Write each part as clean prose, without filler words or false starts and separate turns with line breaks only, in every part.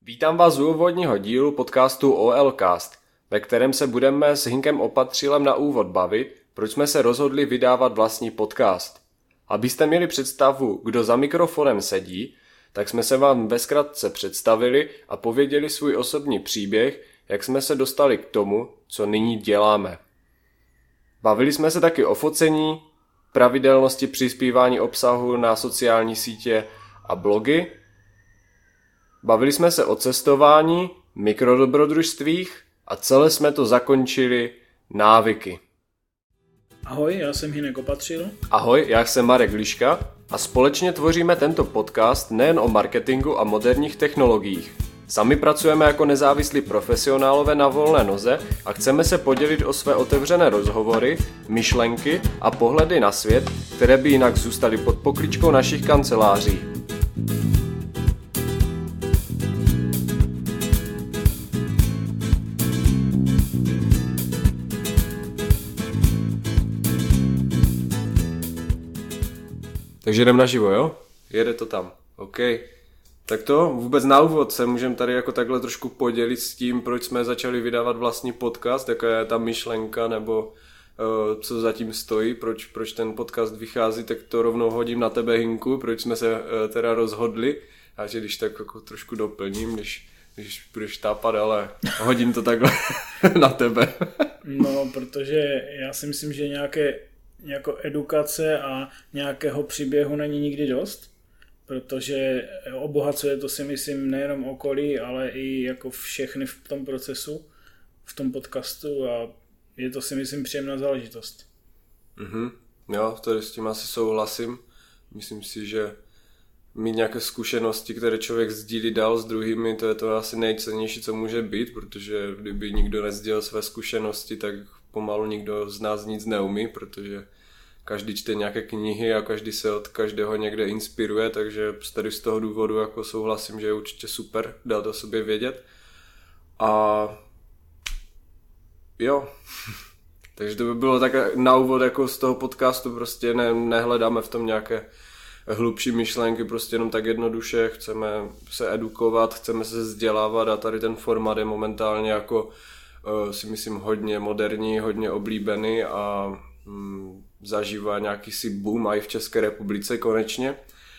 Vítám vás u úvodního dílu podcastu OLcast, ve kterém se budeme s Hinkem Opatřilem na úvod bavit, proč jsme se rozhodli vydávat vlastní podcast. Abyste měli představu, kdo za mikrofonem sedí, tak jsme se vám ve zkratce představili a pověděli svůj osobní příběh, jak jsme se dostali k tomu, co nyní děláme. Bavili jsme se taky o focení, pravidelnosti přispívání obsahu na sociální sítě a blogy. Bavili jsme se o cestování, mikrodobrodružstvích a celé jsme to zakončili návyky.
Ahoj, já jsem Hinek Opatřil.
Ahoj, já jsem Marek Liška a společně tvoříme tento podcast nejen o marketingu a moderních technologiích. Sami pracujeme jako nezávislí profesionálové na volné noze a chceme se podělit o své otevřené rozhovory, myšlenky a pohledy na svět, které by jinak zůstaly pod pokličkou našich kanceláří. Takže jdem naživo, jo? Jede to tam. OK. Tak to vůbec na úvod se můžeme tady jako takhle trošku podělit s tím, proč jsme začali vydávat vlastní podcast, jaká je ta myšlenka, nebo co zatím stojí, proč ten podcast vychází, tak to rovnou hodím na tebe, Hinku, proč jsme se teda rozhodli. A že když tak jako trošku doplním, když budeš tápat, ale hodím to takhle na tebe.
No, protože já si myslím, že nějakou edukace a nějakého příběhu není nikdy dost, protože obohacuje to, si myslím, nejenom okolí, ale i jako všechny v tom procesu, v tom podcastu, a je to, si myslím, příjemná záležitost.
Jo, to s tím asi souhlasím. Myslím si, že mít nějaké zkušenosti, které člověk sdílí dál s druhými, to je to asi nejcennější, co může být, protože kdyby nikdo nesdílel své zkušenosti, tak pomalu nikdo z nás nic neumí, protože každý čte nějaké knihy a každý se od každého někde inspiruje, takže tady z toho důvodu jako souhlasím, že je určitě super dát o sobě vědět. A jo, takže to by bylo tak na úvod jako z toho podcastu, prostě nehledáme v tom nějaké hlubší myšlenky, prostě jenom tak jednoduše, chceme se edukovat, chceme se vzdělávat a tady ten formát je momentálně jako si myslím hodně moderní, hodně oblíbený a zažívá nějaký si boom i v České republice konečně.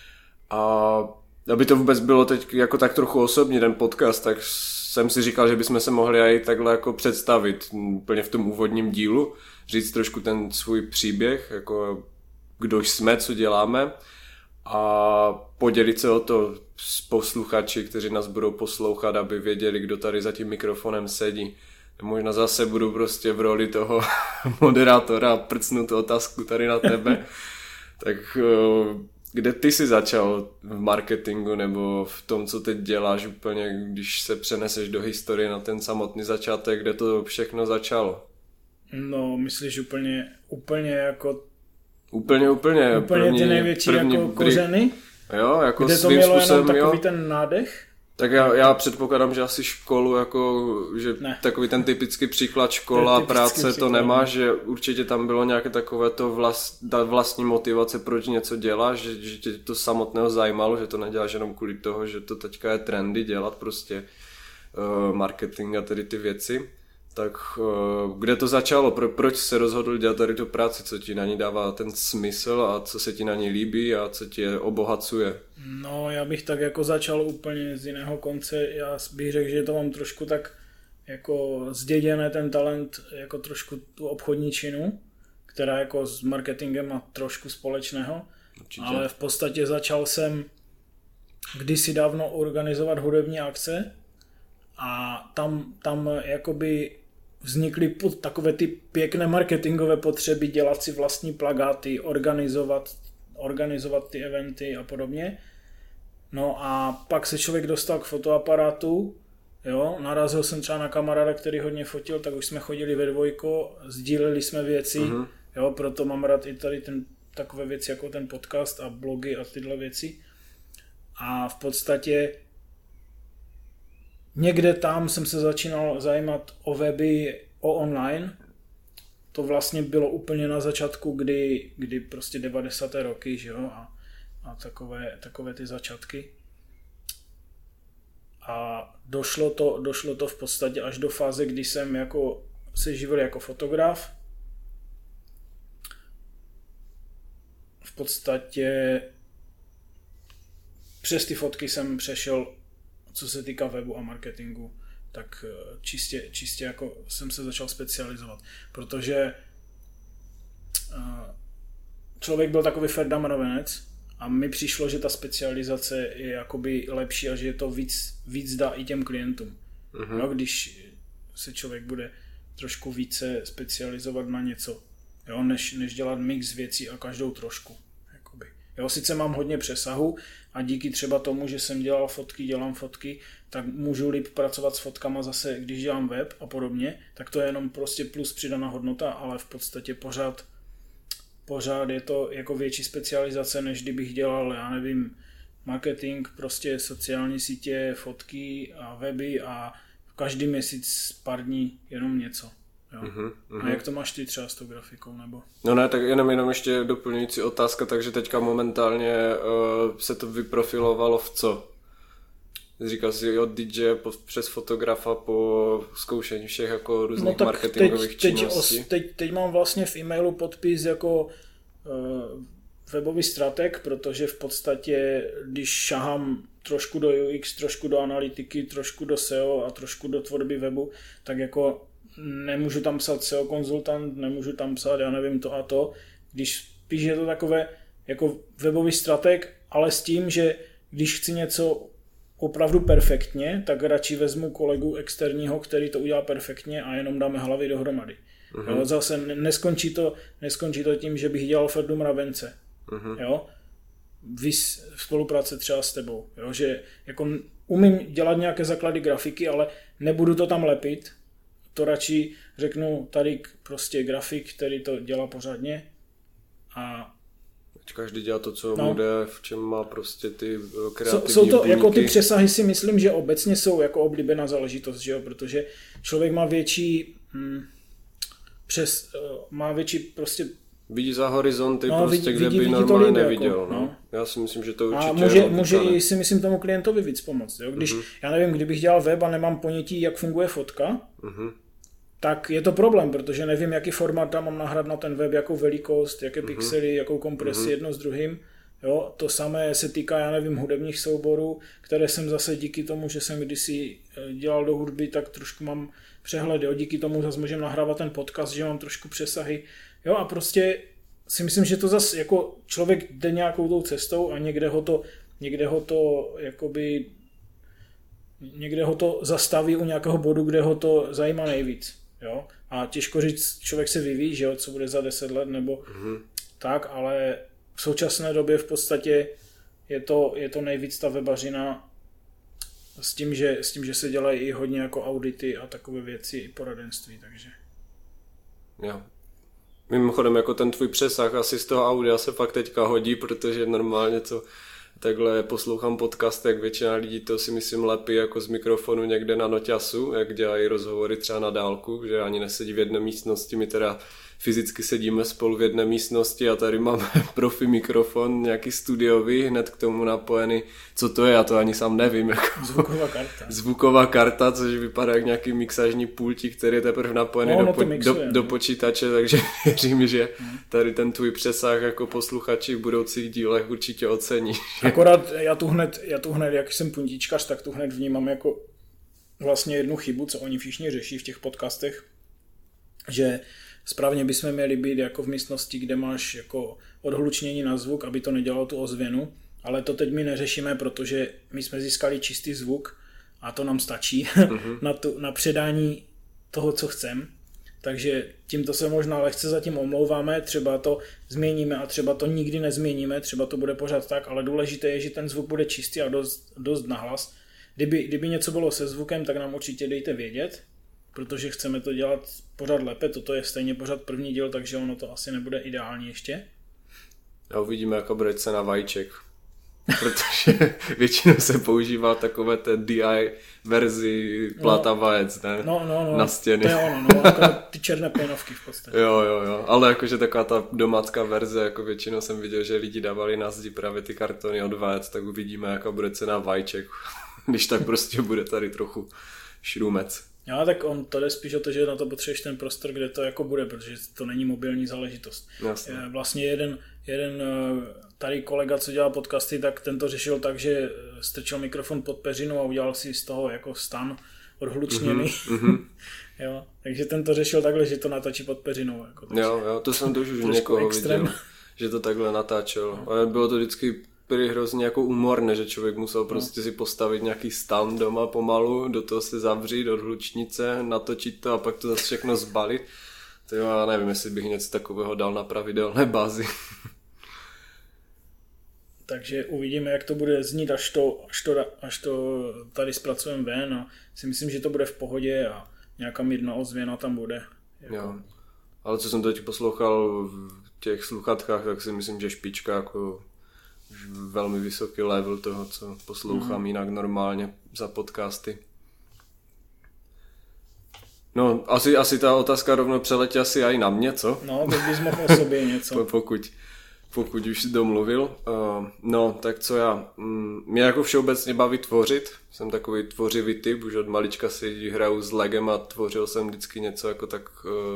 A aby to vůbec bylo teď jako tak trochu osobní ten podcast, tak jsem si říkal, že bychom se mohli i takhle jako představit úplně v tom úvodním dílu, říct trošku ten svůj příběh, jako kdo jsme, co děláme a podělit se o to s posluchači, kteří nás budou poslouchat, aby věděli, kdo tady za tím mikrofonem sedí. Možná zase budu prostě v roli toho moderátora a prcnu tu otázku tady na tebe. Tak kde ty jsi začal v marketingu nebo v tom, co teď děláš úplně, když se přeneseš do historie na ten samotný začátek, kde to všechno začalo?
No, myslíš úplně jako...
Úplně
ty největší jako kořeny?
Jo, jako
kde to
svým
mělo
způsobem,
jenom takový
jo.
ten nádech?
Tak já předpokládám, že asi školu, jako, že ne. Takový ten typický příklad škola, práce to nemá, že určitě tam bylo nějaké takové to vlastní motivace, proč něco děláš, že tě to samotného zajímalo, že to neděláš jenom kvůli toho, že to teďka je trendy dělat prostě marketing a tady ty věci. Tak kde to začalo? Proč se rozhodl dělat tady tu práci? Co ti na ní dává ten smysl a co se ti na ní líbí a co tě obohacuje?
No, já bych tak jako začal úplně z jiného konce. Já bych řekl, že to mám trošku tak jako zděděné ten talent, jako trošku tu obchodní činu, která jako s marketingem má trošku společného. Určitě. Ale v podstatě začal jsem kdysi dávno organizovat hudební akce a tam jakoby vznikly takové ty pěkné marketingové potřeby dělat si vlastní plakáty, organizovat ty eventy a podobně. No a pak se člověk dostal k fotoaparátu, jo, narazil jsem třeba na kamaráda, který hodně fotil, tak už jsme chodili ve dvojko, sdíleli jsme věci, jo, proto mám rád i tady takové věci jako ten podcast a blogy a tyhle věci. A v podstatě někde tam jsem se začínal zajímat o weby, o online. To vlastně bylo úplně na začátku, kdy prostě 90. roky, že jo, a takové ty začátky. A došlo to v podstatě až do fáze, kdy jsem jako se živil jako fotograf. V podstatě přes ty fotky jsem přešel, co se týká webu a marketingu, tak čistě jako jsem se začal specializovat, protože člověk byl takový Ferda mravenec a mi přišlo, že ta specializace je jakoby lepší a že je to víc dá i těm klientům. Mm-hmm. No, když se člověk bude trošku více specializovat na něco, jo, než dělat mix věcí a každou trošku. Jakoby. Jo, sice mám hodně přesahu a díky třeba tomu, že jsem dělám fotky, tak můžu líp pracovat s fotkama zase, když dělám web a podobně, tak to je jenom prostě plus přidaná hodnota, ale v podstatě pořád je to jako větší specializace, než kdybych dělal, já nevím, marketing, prostě sociální sítě, fotky a weby a každý měsíc pár dní jenom něco. Jo. A jak to máš ty třeba s tou grafikou? Nebo?
No ne, tak jenom ještě doplňující otázka, takže teďka momentálně se to vyprofilovalo v co? Říkal jsi od DJ přes fotografa po zkoušení všech jako různých marketingových činností.
Teď mám vlastně v e-mailu podpis jako webový strateg, protože v podstatě, když šahám trošku do UX, trošku do analytiky, trošku do SEO a trošku do tvorby webu, tak jako nemůžu tam psát SEO konzultant, nemůžu tam psát, já nevím, to a to. Když spíš je to takové jako webový strateg, ale s tím, že když chci něco opravdu perfektně, tak radši vezmu kolegu externího, který to udělá perfektně a jenom dáme hlavy dohromady. Jo, zase neskončí to tím, že bych dělal Ferdu mravence. Jo? Vys spolupráce třeba s tebou. Jo? Že jako umím dělat nějaké základy grafiky, ale nebudu to tam lepit. To radši řeknu tady prostě grafik, který to dělá pořádně a
každý dělá to, co mu jde, v čem má prostě ty kreativní
jsou to
buňky.
jako ty přesahy, si myslím, že obecně jsou jako oblíbená záležitost, že jo? Protože člověk má větší má větší prostě
vidí za horizonty, prostě, kde by normálně neviděl. Jako, no. Já si myslím, že to určitě
a může i si myslím tomu klientovi víc pomoct. Jo? Když, já nevím, kdybych dělal web a nemám ponětí, jak funguje fotka, tak je to problém, protože nevím, jaký formát tam mám nahrát na ten web, jakou velikost, jaké pixely, jakou kompresi jedno s druhým. Jo? To samé se týká, já nevím, hudebních souborů, které jsem zase díky tomu, že jsem kdysi dělal do hudby, tak trošku mám přehled. Jo? Díky tomu zase můžeme nahrávat ten podcast, že mám trošku přesahy. Jo? A prostě si myslím, že to zase jako člověk jde nějakou tou cestou a někde ho to zastaví u nějakého bodu, kde ho to zajímá nejvíc. Jo? A těžko říct, člověk se vyvíjí, že jo, co bude za 10 let nebo tak, ale v současné době v podstatě je to nejvíc ta webařina s tím, že se dělají i hodně jako audity a takové věci i poradenství, takže.
Jo. Mimochodem jako ten tvůj přesah asi z toho audia se fakt teďka hodí, protože normálně co takhle poslouchám podcast, jak většina lidí to si myslím lepí jako z mikrofonu někde na noťasu, jak dělají rozhovory třeba na dálku, že ani nesedí v jedné místnosti, my teda fyzicky sedíme spolu v jedné místnosti a tady máme profi mikrofon, nějaký studiový, hned k tomu napojený, co to je, já to ani sám nevím. Jako zvuková karta, což vypadá jak nějaký mixážní pultík, který je teprve napojený do počítače, takže věřím, že tady ten tvůj přesah jako posluchači v budoucích dílech určitě ocení.
Akorát já tu hned, jak jsem puntíčkař, tak tu hned vnímám jako vlastně jednu chybu, co oni všichni řeší v těch podcastech, že správně bychom měli být jako v místnosti, kde máš jako odhlučnění na zvuk, aby to nedělalo tu ozvěnu, ale to teď my neřešíme, protože my jsme získali čistý zvuk a to nám stačí na předání toho, co chcem. Takže tímto se možná lehce zatím omlouváme, třeba to změníme a třeba to nikdy nezměníme, třeba to bude pořád tak, ale důležité je, že ten zvuk bude čistý a dost nahlas. Kdyby něco bylo se zvukem, tak nám určitě dejte vědět, protože chceme to dělat pořád lépe, toto je stejně pořád první díl, takže ono to asi nebude ideální ještě.
A uvidíme, jaká bude cena vajíček, protože většinou se používá takové té DI verzi plata vajec, ne?
No,
na stěny.
To je ono, ty černé plynovky v podstatě.
Jo, ale jakože taková ta domácká verze, jako většinou jsem viděl, že lidi dávali na zdi právě ty kartony od vajec, tak uvidíme, jaká bude cena vajíček. když tak prostě bude tady trochu šrumec.
Jo, tak to jde spíš o to, že na to potřebuješ ten prostor, kde to jako bude, protože to není mobilní záležitost.
Jasně.
Vlastně jeden tady kolega, co dělal podcasty, tak ten to řešil tak, že strčil mikrofon pod peřinu a udělal si z toho jako stan odhlučněný. Jo, takže ten to řešil takhle, že to natačí pod peřinou. Jako,
jo, to jsem to už někoho viděl, že to takhle natáčel. No. Ale bylo to vždycky hrozně jako úmorné, že člověk musel prostě si postavit nějaký stan doma pomalu, do toho se zavřít, od hlučnice, natočit to a pak to zase všechno zbalit. To já nevím, jestli bych něco takového dal na pravidelné bázi.
Takže uvidíme, jak to bude znít, až to tady zpracujeme ven a si myslím, že to bude v pohodě a nějaká mírná ozvěna tam bude. Jako.
Jo. Ale co jsem teď poslouchal v těch sluchatkách, tak si myslím, že špička jako velmi vysoký level toho, co poslouchám jinak normálně za podcasty. No, asi ta otázka rovno přeletí asi i na mě, co?
No, tak bys mohl o sobě něco.
Pokud už si domluvil. No, tak co já? Mě jako všeobecně baví tvořit. Jsem takový tvořivý typ, už od malička si hraju s Legem a tvořil jsem vždycky něco jako tak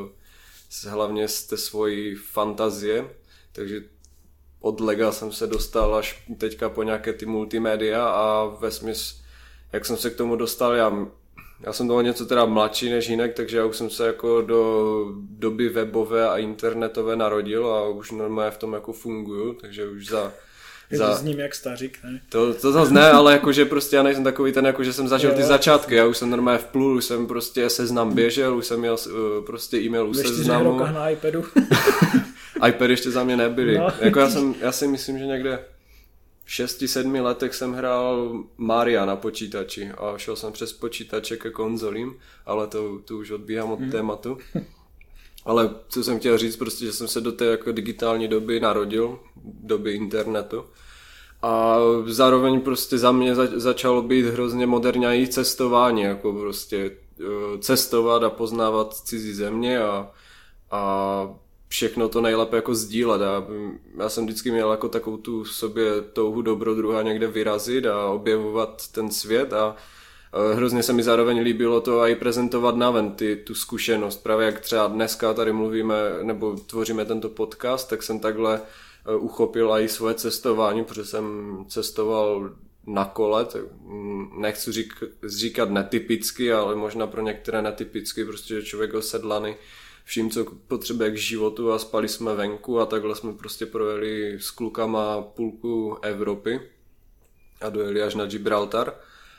hlavně z té svojí fantazie. Takže od Lega jsem se dostal až teďka po nějaké ty multimédia a vesměs, jak jsem se k tomu dostal, já jsem toho něco teda mladší než jinak, takže já už jsem se jako do doby webové a internetové narodil a už normálně v tom jako funguju, takže už
s ním jak stařík, ne?
To zase ne, ale jakože prostě já nejsem takový ten, jakože jsem zažil ty začátky, já už jsem normálně vplul, už jsem prostě seznam běžel, už jsem měl prostě e-mail u seznamu.
Ve 4 na iPadu.
iPad ještě za mě nebyly. No, jako já si myslím, že někde v 6-7 letech jsem hrál Maria na počítači a šel jsem přes počítače ke konzolím, ale to už odbíhám od tématu. Ale co jsem chtěl říct, prostě, že jsem se do té jako digitální doby narodil, doby internetu. A zároveň prostě za mě začalo být hrozně moderní i cestování, jako prostě cestovat a poznávat cizí země a všechno to nejlépe jako sdílet. Já jsem vždycky měl jako takovou tu sobě touhu dobrodruha někde vyrazit a objevovat ten svět a hrozně se mi zároveň líbilo to i prezentovat naven tu zkušenost. Právě jak třeba dneska tady mluvíme nebo tvoříme tento podcast, tak jsem takhle uchopil i svoje cestování, protože jsem cestoval na kole, nechci říkat netypicky, ale možná pro některé netypicky, prostě že člověk osedlaný vším, co potřebuje k životu a spali jsme venku a takhle jsme prostě projeli s klukama půlku Evropy a dojeli až na Gibraltar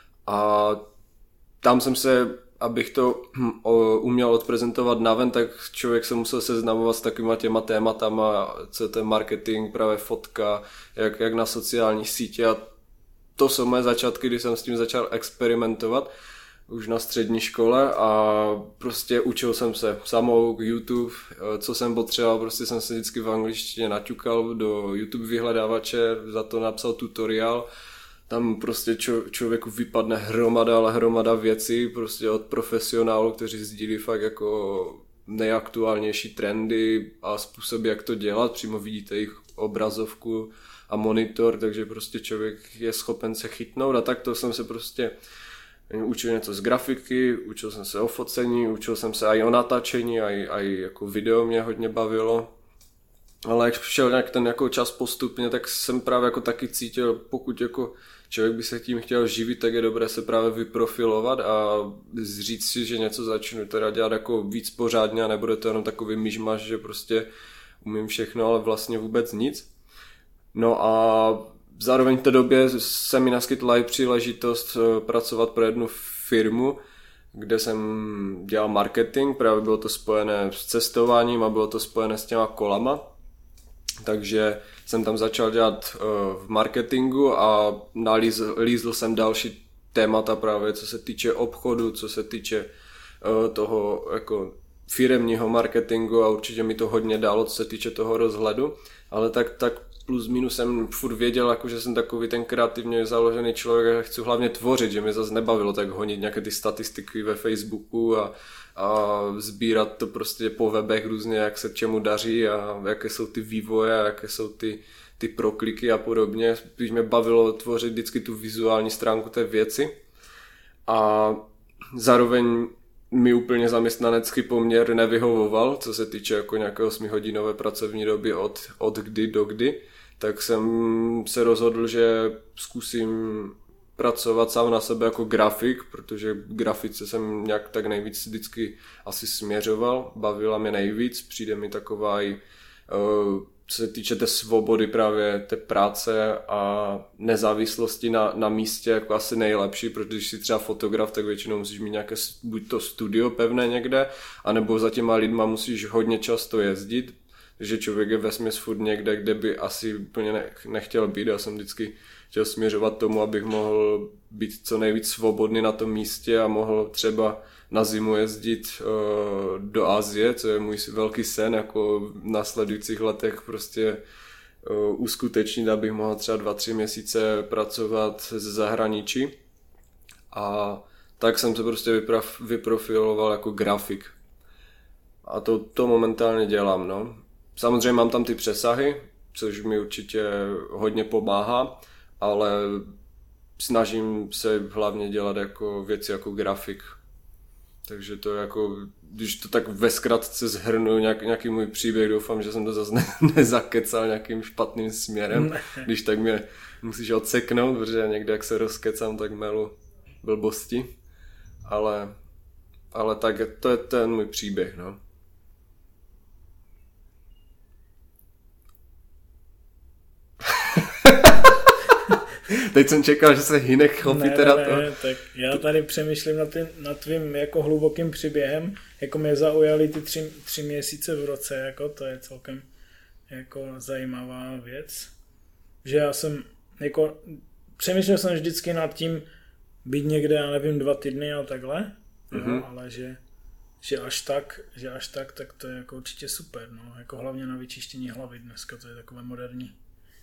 a tam jsem se, abych to uměl odprezentovat naven, tak člověk se musel seznamovat s takovýma těma tématama, co je ten marketing, právě fotka, jak na sociální sítě a to jsou moje začátky, kdy jsem s tím začal experimentovat už na střední škole a prostě učil jsem se samou YouTube, co jsem potřeboval, prostě jsem se vždycky v angličtině naťukal do YouTube vyhledávače, za to napsal tutoriál, tam prostě člověku vypadne hromada věcí, prostě od profesionálů, kteří sdílí fakt jako nejaktuálnější trendy a způsoby, jak to dělat, přímo vidíte jejich obrazovku a monitor, takže prostě člověk je schopen se chytnout a takto jsem se prostě učil něco z grafiky, učil jsem se o focení, učil jsem se i o natáčení, i jako video mě hodně bavilo. Ale jak šel nějak ten jako čas postupně, tak jsem právě jako taky cítil, pokud jako člověk by se tím chtěl živit, tak je dobré se právě vyprofilovat a říct si, že něco začnu teda dělat jako víc pořádně a nebude to jenom takový myšmaš, že prostě umím všechno, ale vlastně vůbec nic. No a zároveň v té době se mi naskytla i příležitost pracovat pro jednu firmu, kde jsem dělal marketing, právě bylo to spojené s cestováním a bylo to spojené s těma kolama. Takže jsem tam začal dělat v marketingu a lízl jsem další témata právě, co se týče obchodu, co se týče toho jako firemního marketingu a určitě mi to hodně dalo, co se týče toho rozhledu, ale tak plus minus jsem furt věděl, jako, že jsem takový ten kreativně založený člověk a chci hlavně tvořit, že mě zase nebavilo tak honit nějaké ty statistiky ve Facebooku a sbírat to prostě po webech různě, jak se čemu daří a jaké jsou ty vývoje a jaké jsou ty ty prokliky a podobně. Spíš mě bavilo tvořit vždycky tu vizuální stránku té věci. A zároveň mi úplně zaměstnanecký poměr nevyhovoval, co se týče jako nějaké 8hodinové pracovní doby od kdy do kdy, tak jsem se rozhodl, že zkusím pracovat sám na sebe jako grafik, protože grafice jsem nějak tak nejvíc vždycky asi směřoval, bavila mě nejvíc, přijde mi taková i co se týče té svobody právě té práce a nezávislosti na místě jako asi nejlepší, protože když jsi třeba fotograf, tak většinou musíš mít nějaké buď to studio pevné někde, anebo za těma lidma musíš hodně často jezdit, že člověk je vesměs furt někde, kde by asi úplně nechtěl být. Já jsem vždycky chtěl směřovat tomu, abych mohl být co nejvíc svobodný na tom místě a mohl třeba na zimu jezdit do Asie, co je můj velký sen, jako v následujících letech prostě uskutečnit, abych mohl třeba 2-3 měsíce pracovat ze zahraničí. A tak jsem se prostě vyprofiloval jako grafik. A to momentálně dělám, no. Samozřejmě mám tam ty přesahy, což mi určitě hodně pomáhá, ale snažím se hlavně dělat jako věci jako grafik. Takže to jako, když to tak ve zkratce shrnu nějaký můj příběh, doufám, že jsem to zase nezakecal nějakým špatným směrem. Když tak mě musíš odseknout, protože někde jak se rozkecám, tak melu blbosti. Ale tak to je ten můj příběh, no. Teď jsem čekal, že se Hinek chopí teda to.
Ne, tak já tady přemýšlím nad tvým jako hlubokým příběhem, jako mě zaujaly ty 3 měsíce v roce, jako to je celkem jako zajímavá věc. Že já jsem jako, přemýšlel jsem vždycky nad tím být někde, já nevím, 2 týdny a takhle, jo, ale že až tak, tak to je jako určitě super, no, jako hlavně na vyčištění hlavy dneska, to je takové moderní.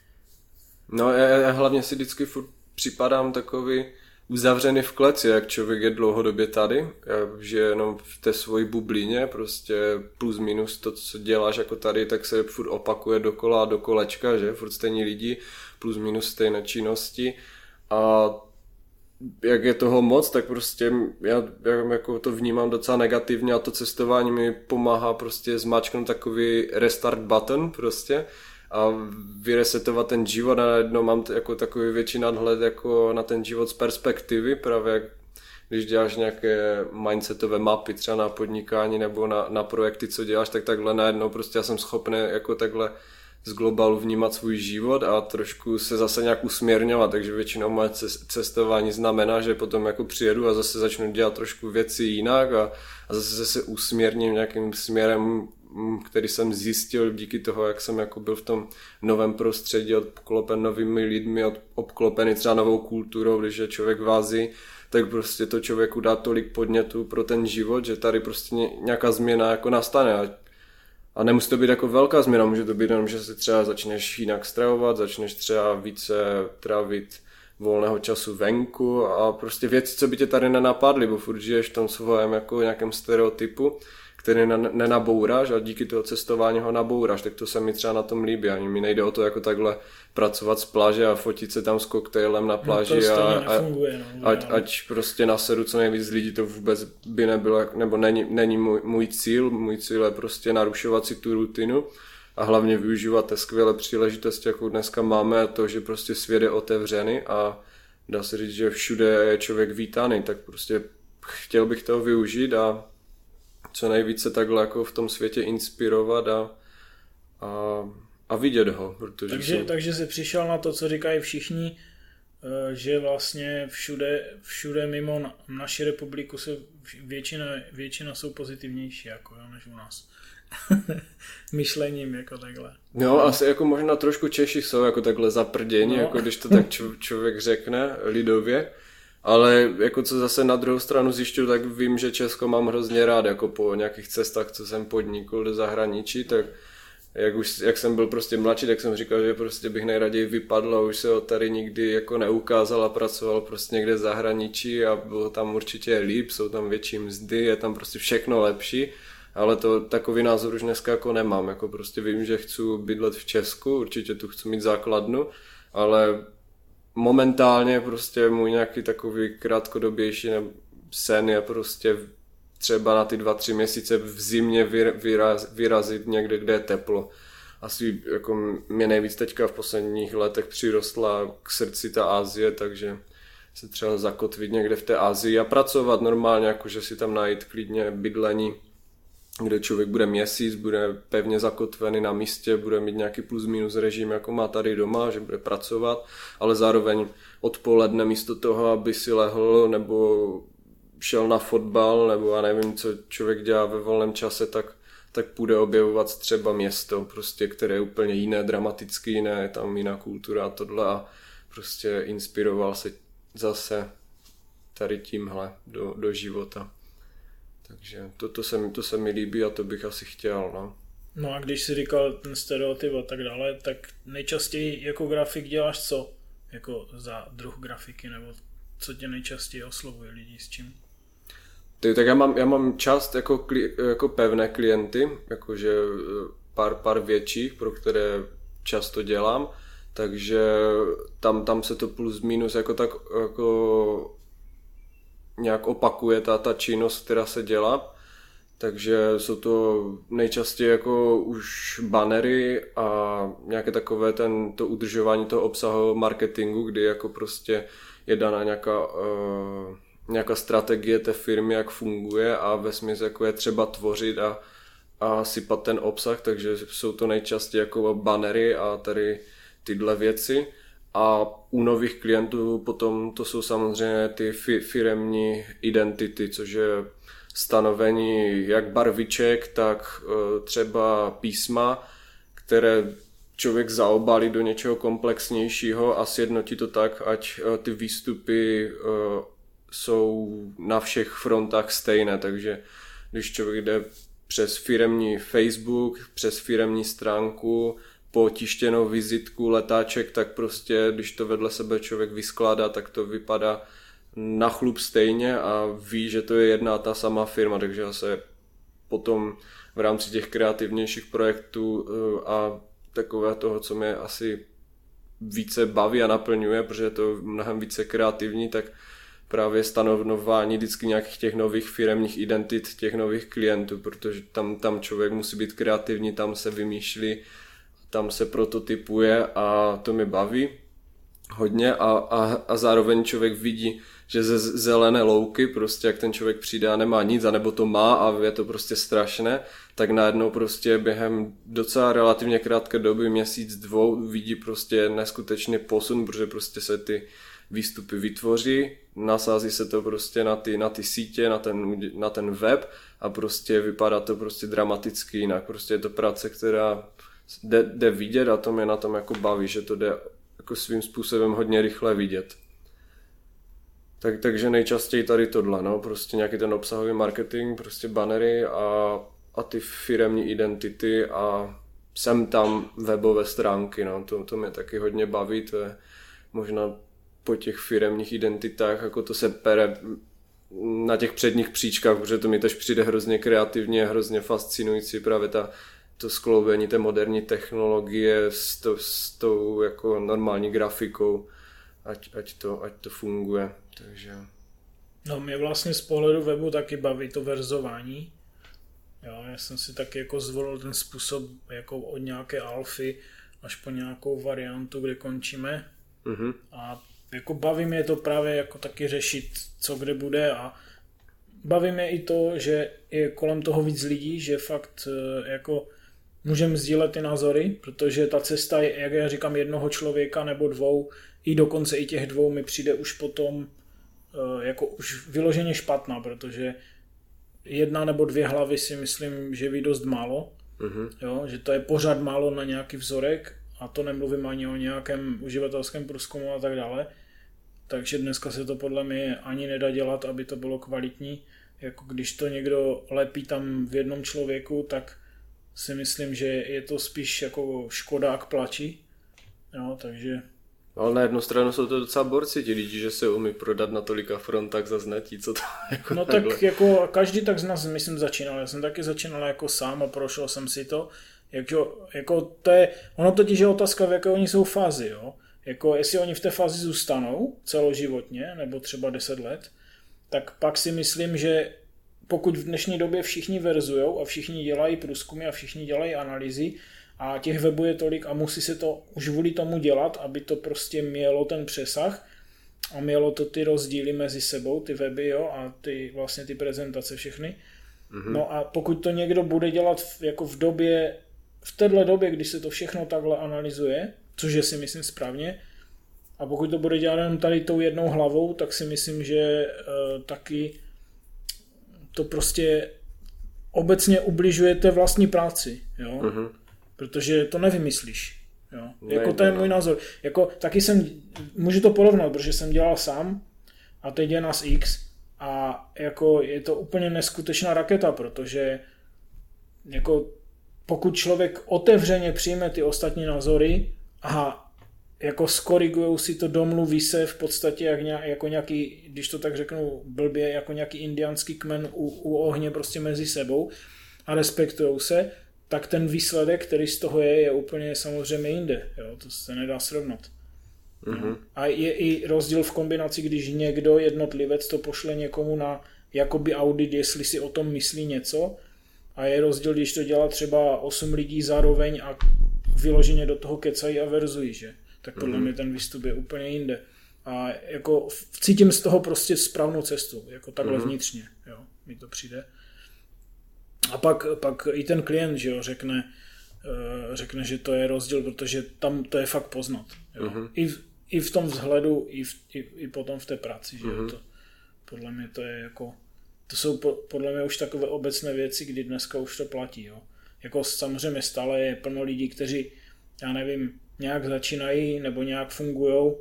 No já hlavně si vždycky furt připadám takový uzavřený v kleci, jak člověk je dlouhodobě tady, že jenom v té svojí bublině, prostě plus minus to, co děláš jako tady, tak se furt opakuje dokola a do kolečka, že? Furt stejní lidi, plus minus stejné činnosti a jak je toho moc, tak prostě já jako to vnímám docela negativně a to cestování mi pomáhá prostě zmáčknout takový restart button prostě a vyresetovat ten život a najednou mám jako takový větší nadhled jako na ten život z perspektivy, právě jak když děláš nějaké mindsetové mapy třeba na podnikání nebo na projekty, co děláš, tak takhle najednou prostě já jsem schopný jako takhle z globálu vnímat svůj život a trošku se zase nějak usměrňovat, takže většinou moje cestování znamená, že potom jako přijedu a zase začnu dělat trošku věci jinak a zase se usměrním nějakým směrem, který jsem zjistil díky toho, jak jsem jako byl v tom novém prostředí, obklopen novými lidmi, obklopený třeba novou kulturou, když je člověk v Asii, tak prostě to člověku dá tolik podnětů pro ten život, že tady prostě nějaká změna jako nastane. A nemusí to být jako velká změna, může to být jenom, že se třeba začneš jinak stravovat, začneš třeba více trávit volného času venku a prostě věci, co by tě tady nenapadly, bo furt žiješ v tom svém jako nějakém stereotypu, který nenabouráš a díky toho cestování ho nabouráš, tak to se mi třeba na tom líbí. Ani mi nejde o to jako takhle pracovat z pláže a fotit se tam s koktejlem na pláži ať prostě nasedu co nejvíc lidí, to vůbec by nebylo, nebo není můj cíl. Můj cíl je prostě narušovat si tu rutinu a hlavně využívat té skvělé příležitosti, jakou dneska máme, a to, že prostě svět je otevřený a dá se říct, že všude je člověk vítaný, tak prostě chtěl bych toho využít a co nejvíce takhle jako v tom světě inspirovat a vidět ho. Protože
takže jsi přišel na to, co říkají všichni, že vlastně všude mimo naši republiku se většina jsou pozitivnější jako, než u nás. Myšlením jako takhle.
No asi jako možná trošku Češi jsou jako takhle zaprděni, jako když to tak člověk řekne lidově. Ale jako co zase na druhou stranu zjišťuju, tak vím, že Česko mám hrozně rád, jako po nějakých cestách, co jsem podnikl do zahraničí, tak jak jsem byl prostě mladší, tak jsem říkal, že prostě bych nejraději vypadl a už se ho tady nikdy jako neukázal a pracoval prostě někde v zahraničí a bylo tam určitě líp, jsou tam větší mzdy, je tam prostě všechno lepší ale to takový názor už dneska jako nemám, jako prostě vím, že chci bydlet v Česku, určitě tu chci mít základnu, ale momentálně prostě můj nějaký takový krátkodobější sen je prostě třeba na ty 2-3 měsíce v zimě vyrazit někde, kde je teplo. Asi jako mě nejvíc teďka v posledních letech přirostla k srdci ta Asie, takže se třeba zakotvit někde v té Asii a pracovat normálně, jakože si tam najít klidně bydlení, kde člověk bude měsíc, bude pevně zakotvený na místě, bude mít nějaký plus minus režim, jako má tady doma, že bude pracovat, ale zároveň odpoledne místo toho, aby si lehl nebo šel na fotbal, nebo já nevím, co člověk dělá ve volném čase, tak půjde objevovat třeba město, prostě, které je úplně jiné, dramaticky jiné, je tam jiná kultura a tohle a prostě inspiroval se zase tady tímhle do života. Takže to se mi líbí a to bych asi chtěl.
No a když jsi říkal ten stereotyp a tak dále, tak nejčastěji jako grafik děláš co? Jako za druh grafiky, nebo co tě nejčastěji oslovuje lidi, s čím?
Tak já mám část jako pevné klienty, jakože pár větších, pro které často dělám, takže tam se to plus minus jako tak jako nějak opakuje ta činnost, která se dělá, takže jsou to nejčastěji jako už bannery a nějaké takové to udržování toho obsahu marketingu, kdy jako prostě je daná nějaká strategie té firmy, jak funguje a vesměs jako je třeba tvořit a sypat ten obsah, takže jsou to nejčastěji jako bannery a tady tyhle věci. A u nových klientů potom to jsou samozřejmě ty firemní identity, což je stanovení jak barviček, tak třeba písma, které člověk zaobalí do něčeho komplexnějšího a sjednotí to tak, ať ty výstupy jsou na všech frontách stejné, takže když člověk jde přes firemní Facebook, přes firemní stránku, po tištěnou vizitku, letáček, tak prostě, když to vedle sebe člověk vyskládá, tak to vypadá na chlup stejně a ví, že to je jedna a ta samá firma, takže se potom v rámci těch kreativnějších projektů a takové toho, co mě asi více baví a naplňuje, protože je to mnohem více kreativní, tak právě stanovování vždycky nějakých těch nových firemních identit, těch nových klientů, protože tam člověk musí být kreativní, tam se vymýšlí, tam se prototypuje a to mě baví hodně a zároveň člověk vidí, že ze zelené louky, prostě jak ten člověk přijde a nemá nic, anebo to má a je to prostě strašné, tak najednou prostě během docela relativně krátké doby, měsíc, dvou, vidí prostě neskutečný posun, protože prostě se ty výstupy vytvoří, nasází se to prostě na ty sítě, na ten web a prostě vypadá to prostě dramaticky jinak. Prostě je to práce, která jde vidět a to mě na tom jako baví, že to jde jako svým způsobem hodně rychle vidět. Takže nejčastěji tady tohle, no, prostě nějaký ten obsahový marketing, prostě bannery a ty firemní identity a sem tam webové stránky, no, to mě taky hodně baví, to je možná po těch firemních identitách, jako to se pere na těch předních příčkách, protože to mi tež přijde hrozně kreativně, hrozně fascinující, právě to skloubení té moderní technologie s tou jako normální grafikou, ať to funguje. Takže.
No mě vlastně z pohledu webu taky baví to verzování. Jo, já jsem si taky jako zvolil ten způsob jako od nějaké alfy až po nějakou variantu, kde končíme. Mm-hmm. A jako baví mě to právě jako taky řešit, co kde bude a baví mě i to, že je kolem toho víc lidí, že fakt jako můžeme sdílet ty názory, protože ta cesta je, jak já říkám, jednoho člověka nebo dvou, i dokonce i těch dvou mi přijde už potom jako už vyloženě špatná, protože jedna nebo dvě hlavy si myslím, že ví dost málo, jo, že to je pořád málo na nějaký vzorek a to nemluvím ani o nějakém uživatelském průzkumu a tak dále, takže dneska se to podle mě ani nedá dělat, aby to bylo kvalitní, jako když to někdo lepí tam v jednom člověku, tak si myslím, že je to spíš jako škoda k plači, jo, takže
Ale na jednu stranu jsou to docela borci ti lidi, že se umí prodat na tolika frontách za znatí, co to jako
no takhle. Tak jako každý tak z nás, myslím, začínal. Já jsem taky začínal jako sám a prošel jsem si to. Jako to je, ono totiž je otázka, v jaké oni jsou fázi, jo. Jako jestli oni v té fázi zůstanou celoživotně, nebo třeba 10 let, tak pak si myslím, že pokud v dnešní době všichni verzujou a všichni dělají průzkumy a všichni dělají analýzy a těch webů je tolik a musí se to už kvůli tomu dělat, aby to prostě mělo ten přesah a mělo to ty rozdíly mezi sebou, ty weby, jo, a vlastně ty prezentace všechny. Mm-hmm. No a pokud to někdo bude dělat jako v téhle době, kdy se to všechno takhle analyzuje, což je si myslím správně, a pokud to bude dělat jenom tady tou jednou hlavou, tak si myslím, že taky to prostě obecně ubližuje té vlastní práci, jo? Mm-hmm. Protože to nevymyslíš. Jo? Jako to je můj názor. Jako, taky můžu to porovnat, protože jsem dělal sám a teď je nás X a jako je to úplně neskutečná raketa, protože jako pokud člověk otevřeně přijme ty ostatní názory a jako skorigujou si to, domluví se v podstatě jako nějaký, když to tak řeknu blbě, jako nějaký indiánský kmen u ohně prostě mezi sebou a respektujou se, tak ten výsledek, který z toho je úplně samozřejmě jinde. Jo? To se nedá srovnat. Mm-hmm. A je i rozdíl v kombinaci, když někdo, jednotlivec, to pošle někomu na jakoby audit, jestli si o tom myslí něco, a je rozdíl, když to dělá třeba 8 lidí zároveň a vyloženě do toho kecají a verzují, že? Tak podle mě ten výstup je úplně jinde. A jako cítím z toho prostě správnou cestu, jako takhle vnitřně, jo, mi to přijde. A pak i ten klient, že jo, řekne, že to je rozdíl, protože tam to je fakt poznat. Jo. I v tom vzhledu, i potom v té práci, že jo, to, podle mě to je jako, to jsou podle mě už takové obecné věci, kdy dneska už to platí, jo. Jako samozřejmě stále je plno lidí, kteří, já nevím, nějak začínají nebo nějak fungujou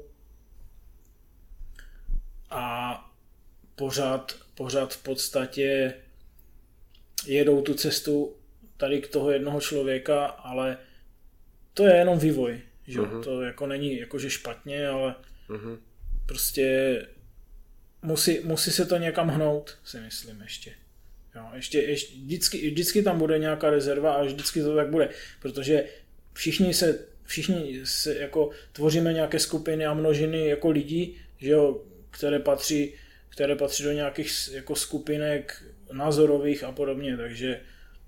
a pořád v podstatě jedou tu cestu tady k toho jednoho člověka, ale to je jenom vývoj, že? To jako není jakože špatně, ale prostě musí se to někam hnout, si myslím ještě. Jo, ještě vždycky tam bude nějaká rezerva a vždycky to tak bude, protože všichni se jako tvoříme nějaké skupiny a množiny jako lidí, že jo, které patří do nějakých jako skupinek názorových a podobně, takže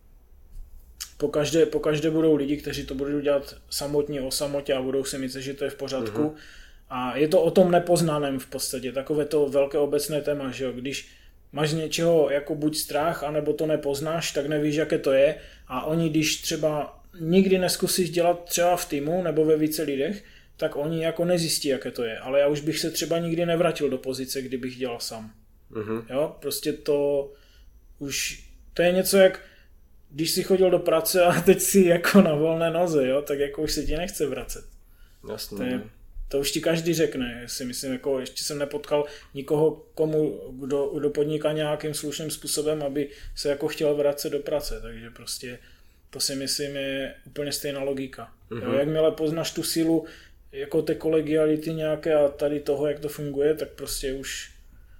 po každé budou lidi, kteří to budou dělat samotně o samotě a budou si myslet, že to je v pořádku. A je to o tom nepoznaném v podstatě, takové to velké obecné téma, že jo, když máš z něčeho jako buď strach, anebo to nepoznáš, tak nevíš, jaké to je, a oni, když třeba nikdy neskusíš dělat třeba v týmu nebo ve více lidech, tak oni jako nezjistí, jaké to je, ale já už bych se třeba nikdy nevrátil do pozice, kdybych dělal sám. Jo, prostě to je něco jak, když jsi chodil do práce a teď si jako na volné noze, jo, tak jako už se ti nechce vracet.
Jasně.
To už ti každý řekne, si myslím, jako ještě jsem nepotkal nikoho, kdo podniká nějakým slušným způsobem, aby se jako chtěl vracet do práce, takže prostě to si myslím je úplně stejná logika. Jo, jakmile poznáš tu sílu jako té kolegiality nějaké a tady toho, jak to funguje, tak prostě už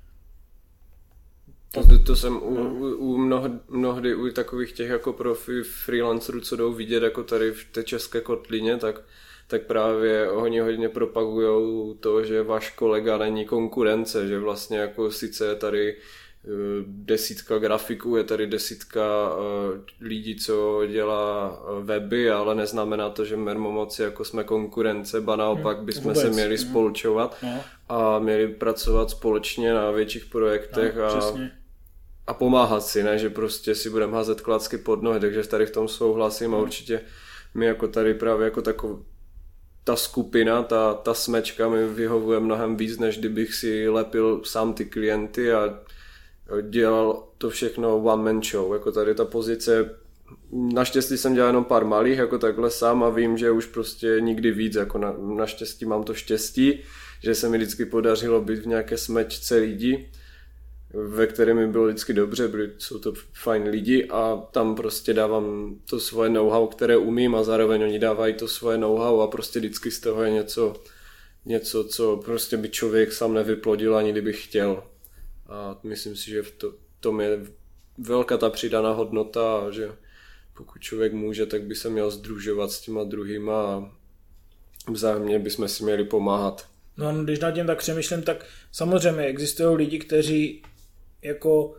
to jsem mnohdy u takových těch jako profi freelancerů, co jdou vidět jako tady v té české kotlině, tak právě hodně propagujou to, že váš kolega není konkurence, že vlastně jako sice je tady 10 grafiků, je tady 10 lidí, co dělá weby, ale neznamená to, že Mermomoci jako jsme konkurence, ba naopak bychom se měli spolčovat a měli pracovat společně na větších projektech a pomáhat si, ne, že prostě si budeme házet klacky pod nohy, takže tady v tom souhlasím a určitě my jako tady právě jako ta skupina, ta smečka mi vyhovuje mnohem víc, než kdybych si lepil sám ty klienty a dělal to všechno one man show, jako tady ta pozice, naštěstí jsem dělal jenom pár malých, jako takhle sám a vím, že už prostě nikdy víc, jako naštěstí mám to štěstí, že se mi vždycky podařilo být v nějaké smečce lidí, ve které mi bylo vždycky dobře, jsou to fajn lidi a tam prostě dávám to svoje know-how, které umím a zároveň oni dávají to svoje know-how a prostě vždycky z toho je něco, co prostě by člověk sám nevyplodil, ani kdyby chtěl. A myslím si, že v tom je velká ta přidaná hodnota, že pokud člověk může, tak by se měl sdružovat s těma druhýma a vzájemně bychom si měli pomáhat.
No, když nad tím tak přemýšlím, tak samozřejmě existují lidi, kteří jako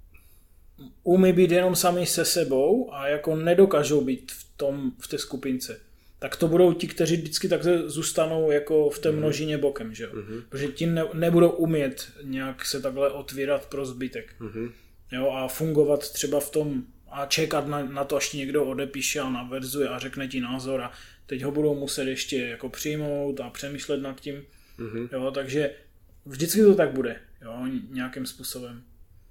umí být jenom sami se sebou a jako nedokážou být v té skupince. Tak to budou ti, kteří vždycky takhle zůstanou jako v té množině bokem, že jo? Protože ti nebudou umět nějak se takhle otvírat pro zbytek. Jo? A fungovat třeba v tom a čekat na to, až ti někdo odepíše a naverzuje a řekne ti názor a teď ho budou muset ještě jako přijmout a přemýšlet nad tím. Jo? Takže vždycky to tak bude, jo? Nějakým způsobem.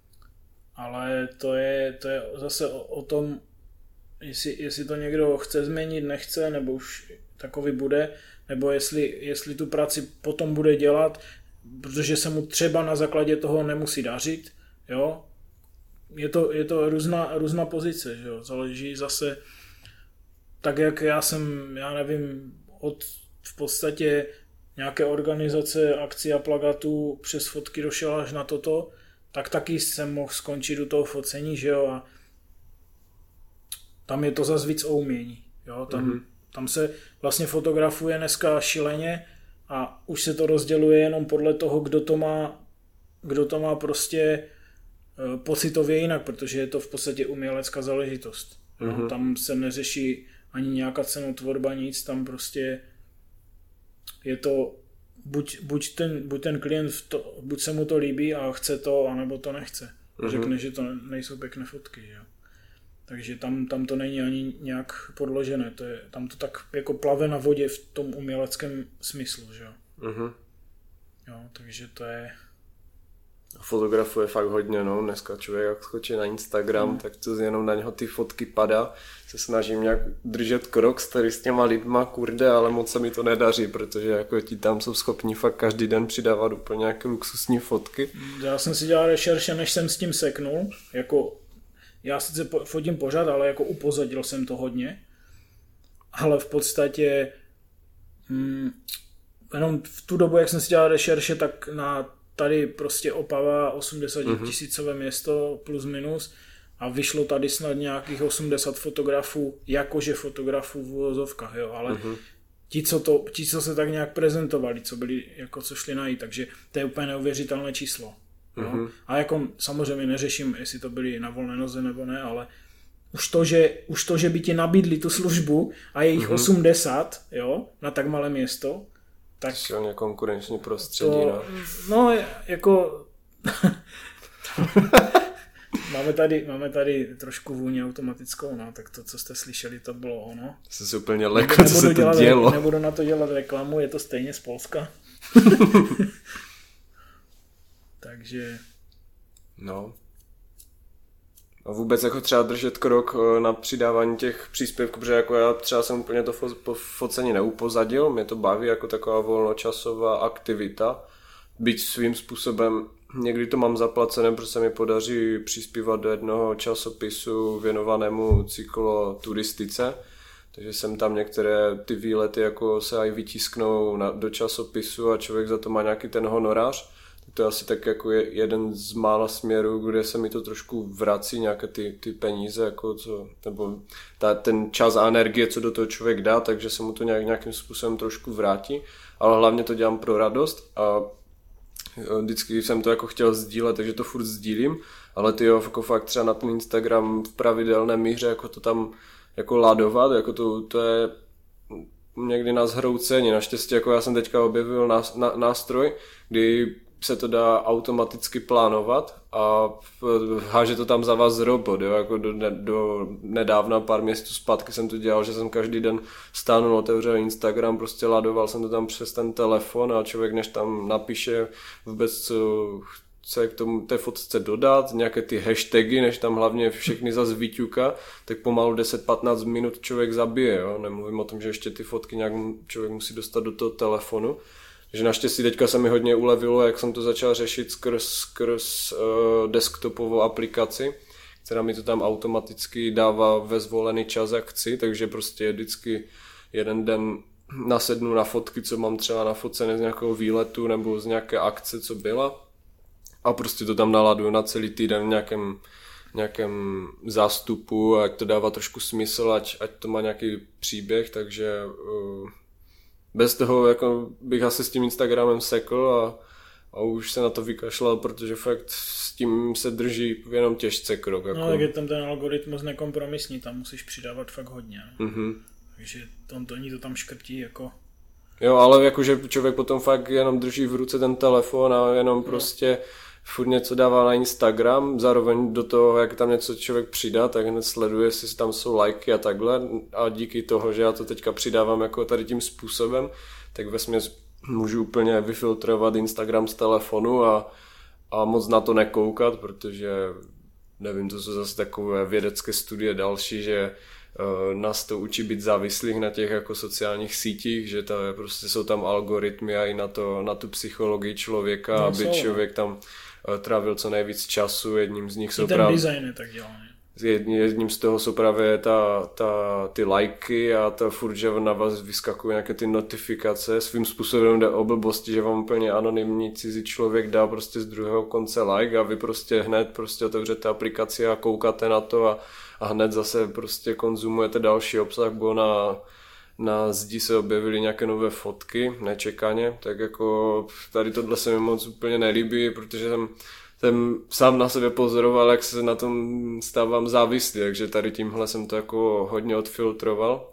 Ale to je zase o tom, jestli to někdo chce změnit, nechce, nebo už takový bude, nebo jestli tu práci potom bude dělat, protože se mu třeba na základě toho nemusí dařit, jo. Je to různá pozice, že jo. Záleží zase, tak jak já nevím, od v podstatě nějaké organizace, akcí a plakátů přes fotky došel až na toto, tak taky jsem mohl skončit u toho focení, že jo, a tam je to zase víc o umění, jo, tam se vlastně fotografuje dneska šileně a už se to rozděluje jenom podle toho, kdo to má prostě pocitově jinak, protože je to v podstatě umělecká záležitost. Jo? Tam se neřeší ani nějaká cenotvorba, nic, tam prostě je to buď ten klient buď se mu to líbí a chce to, anebo to nechce. Řekne, že to nejsou pěkné fotky, jo. Takže tam to není ani nějak podložené, tam to tak jako plave na vodě v tom uměleckém smyslu, že jo. Jo, takže to je...
Fotografuje fakt hodně, no. Dneska člověk jak skočí na Instagram, tak to jenom na něho ty fotky padá. Se snažím nějak držet krok tady s těma lidma, kurde, ale moc se mi to nedaří, protože jako ti tam jsou schopni fakt každý den přidávat úplně nějaké luxusní fotky.
Já jsem si dělal rešerše, než jsem s tím seknul, jako já sice fotím pořád, ale jako upozadil jsem to hodně, ale v podstatě jenom v tu dobu, jak jsem si dělal rešerše, tak na tady prostě Opava 80 tisícové město plus minus a vyšlo tady snad nějakých 80 fotografů, jakože fotografů v uvozovkách, jo, ale ti, co se tak nějak prezentovali, co šli najít, takže to je úplně neuvěřitelné číslo. Jo. A jako samozřejmě neřeším, jestli to byli na volné noze nebo ne, ale už to, že by ti nabídli tu službu a je jich 80, jo, na tak malé město, tak
silně konkurenční prostředí,
no jako máme tady trošku vůni automatickou, no, tak to, co jste slyšeli, to bylo ono.
Jsi si úplně lekl, co se to dělo.
Nebudu na to dělat reklamu, je to stejně z Polska. Takže...
No. A vůbec jako třeba držet krok na přidávání těch příspěvků, protože jako já třeba jsem úplně to focení neupozadil, mě to baví jako taková volnočasová aktivita, byť svým způsobem někdy to mám zaplacené, protože se mi podaří přispívat do jednoho časopisu věnovanému cykloturistice, takže jsem tam některé ty výlety jako se aj vytisknou do časopisu a člověk za to má nějaký ten honorář. To je asi tak jako jeden z mála směrů, kde se mi to trošku vrací, nějaké ty peníze, jako nebo ten čas a energie, co do toho člověk dá, takže se mu to nějakým způsobem trošku vrátí, ale hlavně to dělám pro radost a vždycky jsem to jako chtěl sdílet, takže to furt sdílím, ale ty jako fakt třeba na ten Instagram v pravidelné míře jako to tam jako ladovat, jako to je někdy na zhroucení. Naštěstí jako já jsem teďka objevil nástroj, kdy se to dá automaticky plánovat a háže to tam za vás robot, jo? Jako do nedávna, pár měsíců zpátky jsem to dělal, že jsem každý den stánul, otevřel Instagram, prostě ladoval jsem to tam přes ten telefon a člověk než tam napíše vůbec, co chce k tomu té fotce dodat, nějaké ty hashtagy, než tam hlavně všechny zase vyťuka, tak pomalu 10-15 minut člověk zabije, jo? Nemluvím o tom, že ještě ty fotky nějak člověk musí dostat do toho telefonu. Takže naštěstí teďka se mi hodně ulevilo, jak jsem to začal řešit skrz desktopovou aplikaci, která mi to tam automaticky dává ve zvolený čas, jak chci, takže prostě vždycky jeden den nasednu na fotky, co mám třeba nafocené z nějakého výletu nebo z nějaké akce, co byla a prostě to tam naladuju na celý týden v nějakém zástupu, ať to dává trošku smysl, ať to má nějaký příběh, takže bez toho jako bych asi s tím Instagramem sekl a už se na to vykašlal, protože fakt s tím se drží jenom těžce krok. Jako.
No tak je tam ten algoritmus nekompromisní, tam musíš přidávat fakt hodně. Mm-hmm. Takže oni to tam škrtí jako...
Jo, ale jakože člověk potom fakt jenom drží v ruce ten telefon a jenom prostě furt něco dává na Instagram, zároveň do toho, jak tam něco člověk přidá, tak hned sleduje, jestli tam jsou lajky a takhle a díky toho, že já to teďka přidávám jako tady tím způsobem, tak vesměs můžu úplně vyfiltrovat Instagram z telefonu a moc na to nekoukat, protože nevím, to jsou zase takové vědecké studie další, že nás to učí být závislých na těch jako sociálních sítích, že to je, prostě jsou tam algoritmy a i na tu psychologii člověka, no, aby člověk tam trávil co nejvíc času, jedním z nich jsou
právě... design je tak dělaný.
Jedním z toho jsou právě ty lajky a to furt, že na vás vyskakují nějaké ty notifikace. Svým způsobem jde o blbosti, že vám úplně anonymní cizí člověk dá prostě z druhého konce like a vy prostě hned prostě otevřete aplikaci a koukáte na to a hned zase prostě konzumujete další obsah, bo na zdi se objevily nějaké nové fotky nečekaně, tak jako tady tohle se mi moc úplně nelíbí, protože jsem sám na sebe pozoroval, jak se na tom stávám závislý, takže tady tímhle jsem to jako hodně odfiltroval.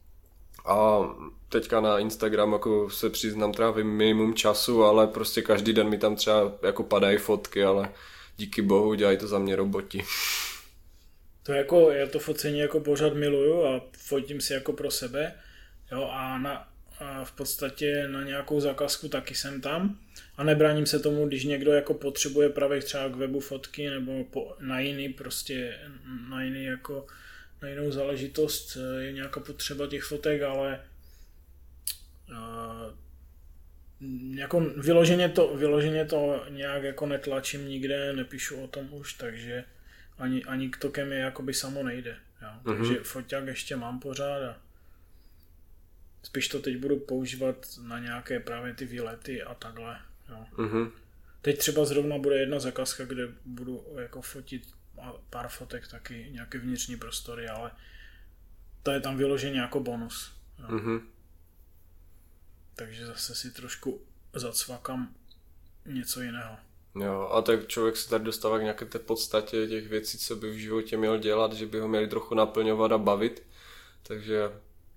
A teďka na Instagram jako se přiznám trávím minimum času, ale prostě každý den mi tam třeba jako padají fotky, ale díky bohu dělají to za mě roboti.
To jako, já to focení jako pořád miluju a fotím si jako pro sebe, jo, a v podstatě na nějakou zakázku taky jsem tam a nebráním se tomu, když někdo jako potřebuje právě třeba k webu fotky nebo na jiný prostě, na jinou záležitost je nějaká potřeba těch fotek, ale jako vyloženě to nějak jako netlačím nikde, nepíšu o tom už, takže ani k tokem je jakoby samo nejde. Jo. Takže foťák ještě mám pořád a spíš to teď budu používat na nějaké právě ty výlety a takhle. Jo. Teď třeba zrovna bude jedna zakázka, kde budu jako fotit pár fotek taky, nějaké vnitřní prostory, ale to je tam vyloženě jako bonus. Jo. Takže zase si trošku zacvakám něco jiného.
Jo, a tak člověk se tady dostává k nějaké té podstatě těch věcí, co by v životě měl dělat, že by ho měli trochu naplňovat a bavit. Takže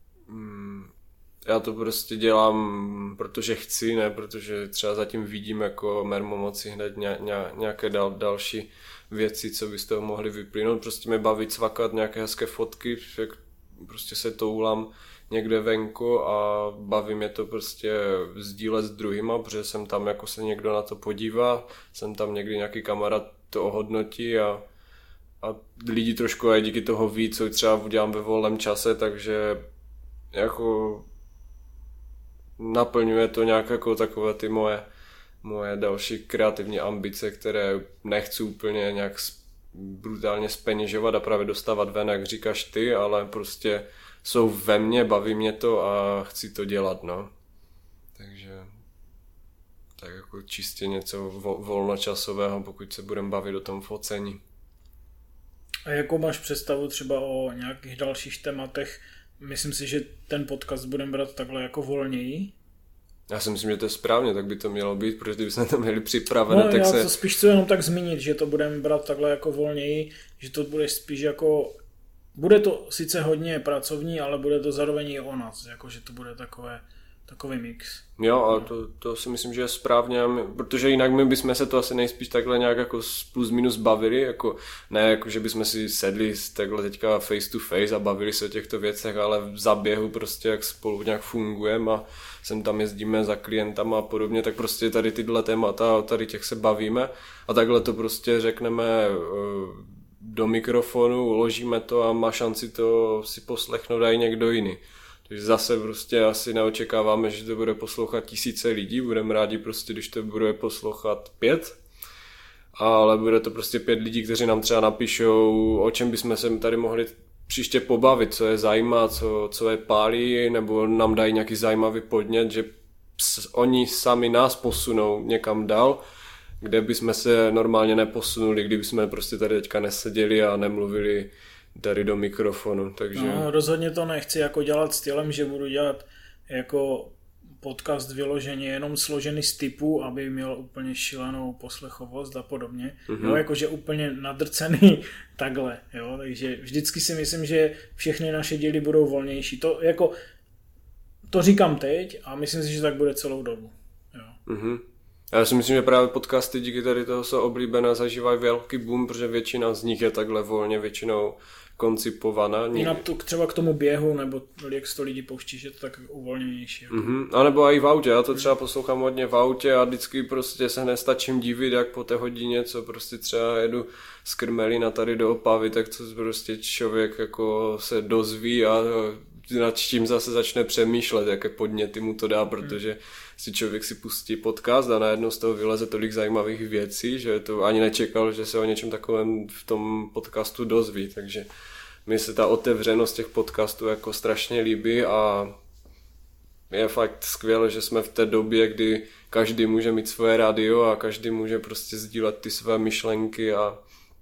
já to prostě dělám, protože chci, ne protože třeba zatím vidím jako mermomoci hned nějaké další věci, co by z toho mohly vyplynout. Prostě mě baví cvakat nějaké hezké fotky, jak prostě se toulám někde venku a baví mě to prostě sdílet s druhýma, protože jsem tam jako se někdo na to podívá, jsem tam někdy nějaký kamarád to ohodnotí a lidi trošku aj díky toho ví, co třeba udělám ve volném čase, takže jako naplňuje to nějak jako takové ty moje další kreativní ambice, které nechci úplně nějak brutálně zpeněžovat a právě dostávat ven, jak říkáš ty, ale prostě jsou ve mně, baví mě to a chci to dělat, no. Takže tak jako čistě něco volnočasového, pokud se budeme bavit o tom focení.
A jakou máš představu třeba o nějakých dalších tématech? Myslím si, že ten podcast budeme brát takhle jako volněji.
Já si myslím, že to je správně, tak by to mělo být, protože kdybychom to měli připravené, tak
já to spíš chci jenom tak zmínit, že to budeme brát takhle jako volněji, že to bude spíš jako... Bude to sice hodně pracovní, ale bude to zároveň i o nás, jako že to bude takový mix.
Jo, a to si myslím, že je správně, protože jinak my bychom se to asi nejspíš takhle nějak jako plus minus bavili, jako ne jako, že bychom si sedli takhle teďka face to face a bavili se o těchto věcech, ale v zaběhu prostě jak spolu nějak fungujeme a sem tam jezdíme za klientama a podobně, tak prostě tady tyhle témata, tady těch se bavíme a takhle to prostě řekneme do mikrofonu, uložíme to a má šanci to si poslechnout i někdo jiný. Takže zase prostě asi neočekáváme, že to bude poslouchat tisíce lidí, budeme rádi prostě, když to bude poslouchat 5, ale bude to prostě 5 lidí, kteří nám třeba napíšou, o čem bychom se tady mohli příště pobavit, co je zajímá, co je pálí, nebo nám dají nějaký zajímavý podnět, že oni sami nás posunou někam dál, kde bychom se normálně neposunuli, kdybychom prostě tady teďka neseděli a nemluvili tady do mikrofonu. Takže...
No, rozhodně to nechci jako dělat stylem, že budu dělat jako podcast vyloženě jenom složený z typů, aby měl úplně šílenou poslechovost a podobně. Jo, jakože úplně nadrcený takhle. Jo, takže vždycky si myslím, že všechny naše díly budou volnější. To říkám teď a myslím si, že tak bude celou dobu. Jo.
Já si myslím, že právě podcasty díky tady toho jsou oblíbené, zažívají velký boom, protože většina z nich je takhle volně většinou koncipovaná.
Jinak třeba k tomu běhu, nebo jak 100 lidí pouští, že to tak uvolněnější. Jako.
A nebo i v autě, já to třeba poslouchám hodně v autě a vždycky prostě se nestačím divit, jak po té hodině, co prostě třeba jedu z Krmelína tady do Opavy, tak to prostě člověk jako se dozví a nad čím zase začne přemýšlet, jaké podněty mu to dá, protože si člověk si pustí podcast a najednou z toho vyleze tolik zajímavých věcí, že to ani nečekal, že se o něčem takovém v tom podcastu dozví, takže mi se ta otevřenost těch podcastů jako strašně líbí a je fakt skvělé, že jsme v té době, kdy každý může mít svoje rádio a každý může prostě sdílet ty své myšlenky a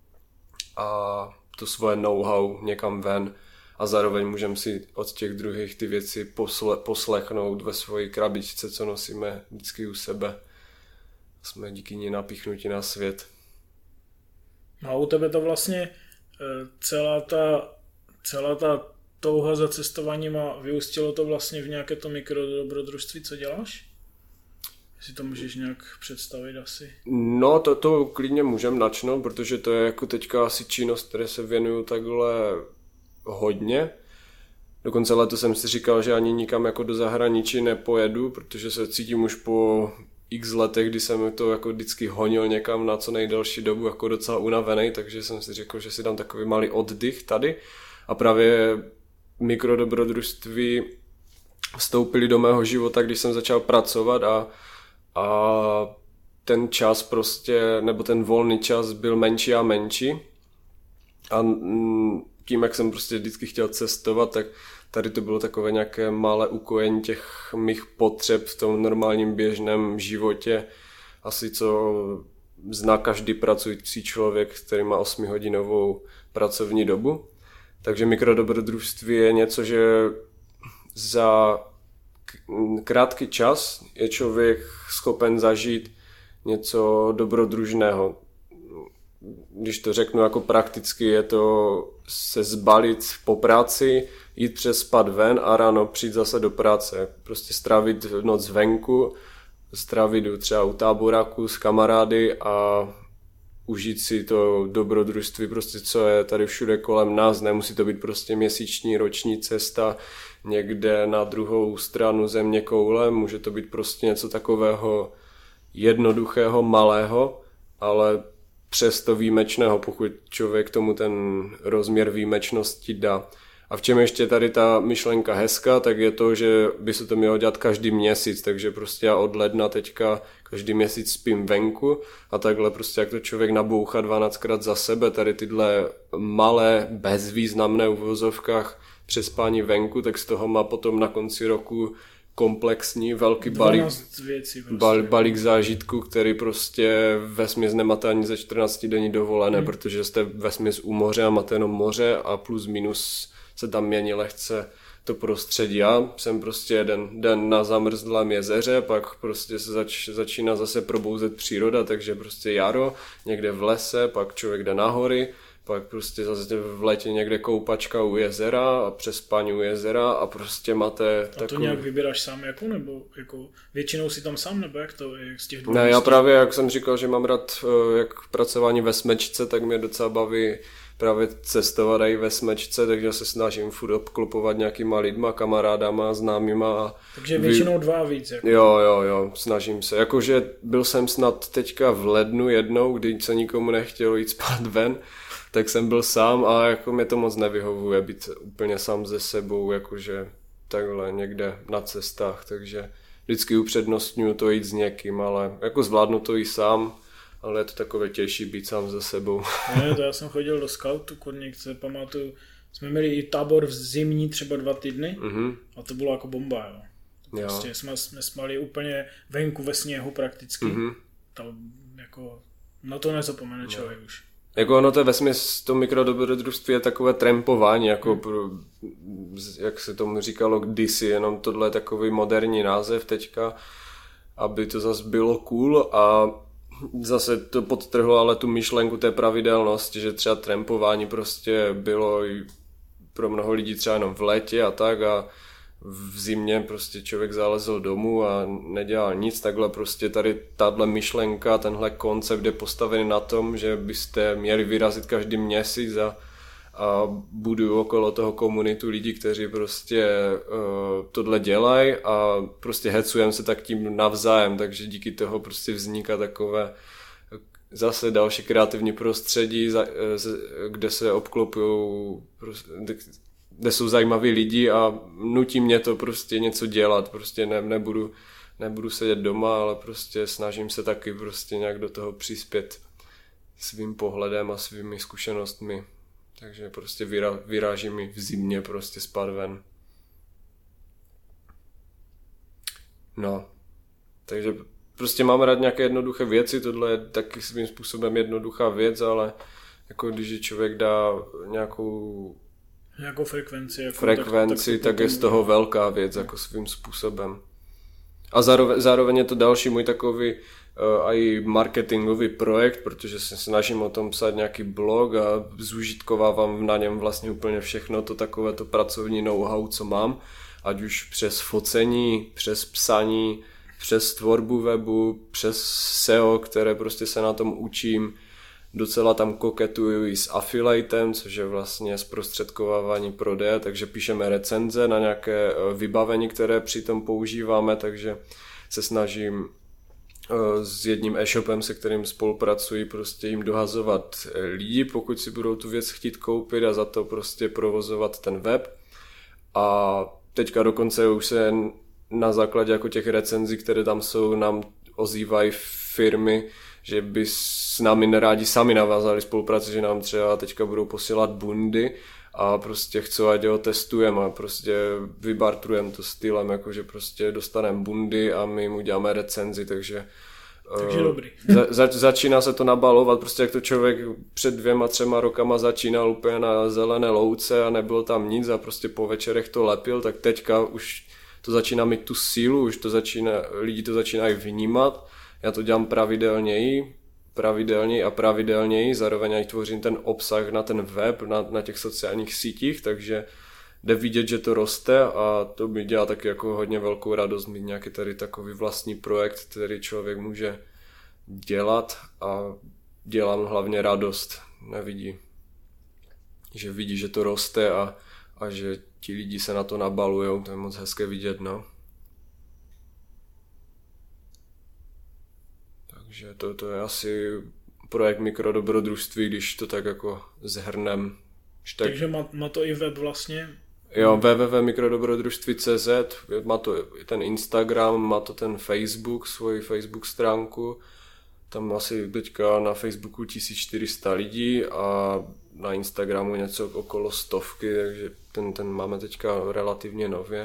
to svoje know-how někam ven. A zároveň můžeme si od těch druhých ty věci poslechnout ve svojí krabičce, co nosíme vždycky u sebe. Jsme díky ní napíchnutí na svět.
No a u tebe to vlastně celá ta touha za cestováním a vyústilo to vlastně v nějaké to mikrodobrodružství, co děláš? Si to můžeš nějak představit asi?
No, to klidně můžeme načnout, protože to je jako teďka asi činnost, které se věnuju takhle hodně. Dokonce letos jsem si říkal, že ani nikam jako do zahraničí nepojedu, protože se cítím už po x letech, kdy jsem to jako vždycky honil někam na co nejdelší dobu, jako docela unavený, takže jsem si řekl, že si dám takový malý oddych tady. A právě mikrodobrodružství vstoupili do mého života, když jsem začal pracovat a ten čas prostě, nebo ten volný čas byl menší a menší. A tím, jak jsem prostě vždycky chtěl cestovat, tak tady to bylo takové nějaké malé ukojení těch mých potřeb v tom normálním běžném životě. Asi co zná každý pracující člověk, který má 8hodinovou pracovní dobu. Takže mikrodobrodružství je něco, že za krátký čas je člověk schopen zažít něco dobrodružného. Když to řeknu jako prakticky, je to se zbalit po práci, jít přespat ven a ráno přijít zase do práce. Prostě strávit noc venku, strávit třeba u táboráku s kamarády a užít si to dobrodružství, prostě co je tady všude kolem nás. Nemusí to být prostě měsíční, roční cesta někde na druhou stranu země koule. Může to být prostě něco takového jednoduchého, malého, ale přesto výjimečného, pokud člověk tomu ten rozměr výjimečnosti dá. A v čem ještě tady ta myšlenka hezká, tak je to, že by se to mělo dělat každý měsíc, takže prostě já od ledna teďka každý měsíc spím venku a takhle prostě jak to člověk nabouchá 12krát za sebe, tady tyhle malé, bezvýznamné uvozovkách přespání venku, tak z toho má potom na konci roku komplexní velký balík zážitku, který prostě vesměs nemáte ani za 14 denní dovolené, protože jste vesměs u moře a máte jenom moře a plus minus se tam mění lehce to prostředí. Já jsem prostě jeden den na zamrzlém jezeře, pak prostě se začíná zase probouzet příroda, takže prostě jaro, někde v lese, pak člověk jde na hory, pak prostě zase v létě někde koupačka u jezera a přespání u jezera a prostě máte
takový... A to nějak vybíráš sám jako, nebo jako většinou si tam sám, nebo jak to je z těch dvou?
Ne, já právě, jak jsem říkal, že mám rád jak pracování ve smečce, tak mě docela baví právě cestovat i ve smečce, takže se snažím furt obklopovat nějakýma lidma, kamarádama, známýma.
Takže většinou 2 a víc. Jako.
Jo, snažím se. Jakože byl jsem snad teďka v lednu jednou, kdy se nikomu nechtělo jít spát ven, tak jsem byl sám a jako mě to moc nevyhovuje být úplně sám se sebou, jakože takhle někde na cestách, takže vždycky upřednostňuji to jít s někým, ale jako zvládnu to i sám, ale je to takové těžší být sám se sebou.
Ne, to já jsem chodil do scoutu, kurník, se pamatuju, jsme měli i tábor v zimní třeba 2 týdny a to bylo jako bomba, jo. Prostě jsme spali úplně venku ve sněhu prakticky. To jako, na to nezapomene člověk už.
Jako ono to vesměs, to mikrodobrodružství je takové trampování, jako jak se tomu říkalo kdysi, jenom tohle je takový moderní název teďka, aby to zase bylo cool a zase to podtrhlo ale tu myšlenku té pravidelnosti, že třeba trampování prostě bylo i pro mnoho lidí třeba jenom v létě a tak a v zimě prostě člověk zalezl domů a nedělal nic, takhle prostě tady tahle myšlenka, tenhle koncept je postavený na tom, že byste měli vyrazit každý měsíc a budují okolo toho komunitu lidí, kteří prostě tohle dělají a prostě hecujeme se tak tím navzájem, takže díky toho prostě vzniká takové zase další kreativní prostředí, kde se obklopují, kde jsou zajímaví lidi a nutí mě to prostě něco dělat, prostě nebudu sedět doma, ale prostě snažím se taky prostě nějak do toho přispět svým pohledem a svými zkušenostmi. Takže prostě vyrážím i v zimě prostě spát ven. No, takže prostě mám rád nějaké jednoduché věci, tohle je taky svým způsobem jednoduchá věc, ale jako když člověk dá nějakou
frekvenci, jako
tak je z toho velká věc jako svým způsobem. A zároveň je to další můj takový i marketingový projekt, protože se snažím o tom psát nějaký blog a zúžitkovávám na něm vlastně úplně všechno to takové to pracovní know-how, co mám, ať už přes focení, přes psaní, přes tvorbu webu, přes SEO, které prostě se na tom učím. Docela tam koketuju i s affiliatem, což je vlastně zprostředkovávání prodeje, takže píšeme recenze na nějaké vybavení, které přitom používáme, takže se snažím s jedním e-shopem, se kterým spolupracuji, prostě jim dohazovat lidi, pokud si budou tu věc chtít koupit a za to prostě provozovat ten web. A teďka dokonce už se na základě jako těch recenzí, které tam jsou, nám ozývají firmy, že by s námi nerádi sami navázali spolupráci, že nám třeba teďka budou posílat bundy a prostě chcou, ať ho testujeme a prostě vybartrujeme to stylem, jakože prostě dostaneme bundy a my mu děláme recenzi, takže
dobrý.
Začíná se to nabalovat, prostě jak to člověk před 2-3 rokama začínal úplně na zelené louce a nebylo tam nic a prostě po večerech to lepil, tak teďka už to začíná mít tu sílu, už to lidi to začínají vnímat. Já to dělám pravidelněji, zároveň i tvořím ten obsah na ten web, na těch sociálních sítích, takže jde vidět, že to roste a to mi dělá taky jako hodně velkou radost mít nějaký tady takový vlastní projekt, který člověk může dělat a dělám hlavně radost. Vidí, že to roste a že ti lidi se na to nabalujou, to je moc hezké vidět, no. Takže to je asi projekt mikrodobrodružství, když to tak jako zhrnem.
Takže má to i web vlastně?
Jo, www.mikrodobrodružství.cz, má to ten Instagram, má to ten Facebook, svoji Facebook stránku. Tam asi teďka na Facebooku 1400 lidí a na Instagramu něco okolo 100, takže ten máme teďka relativně nově.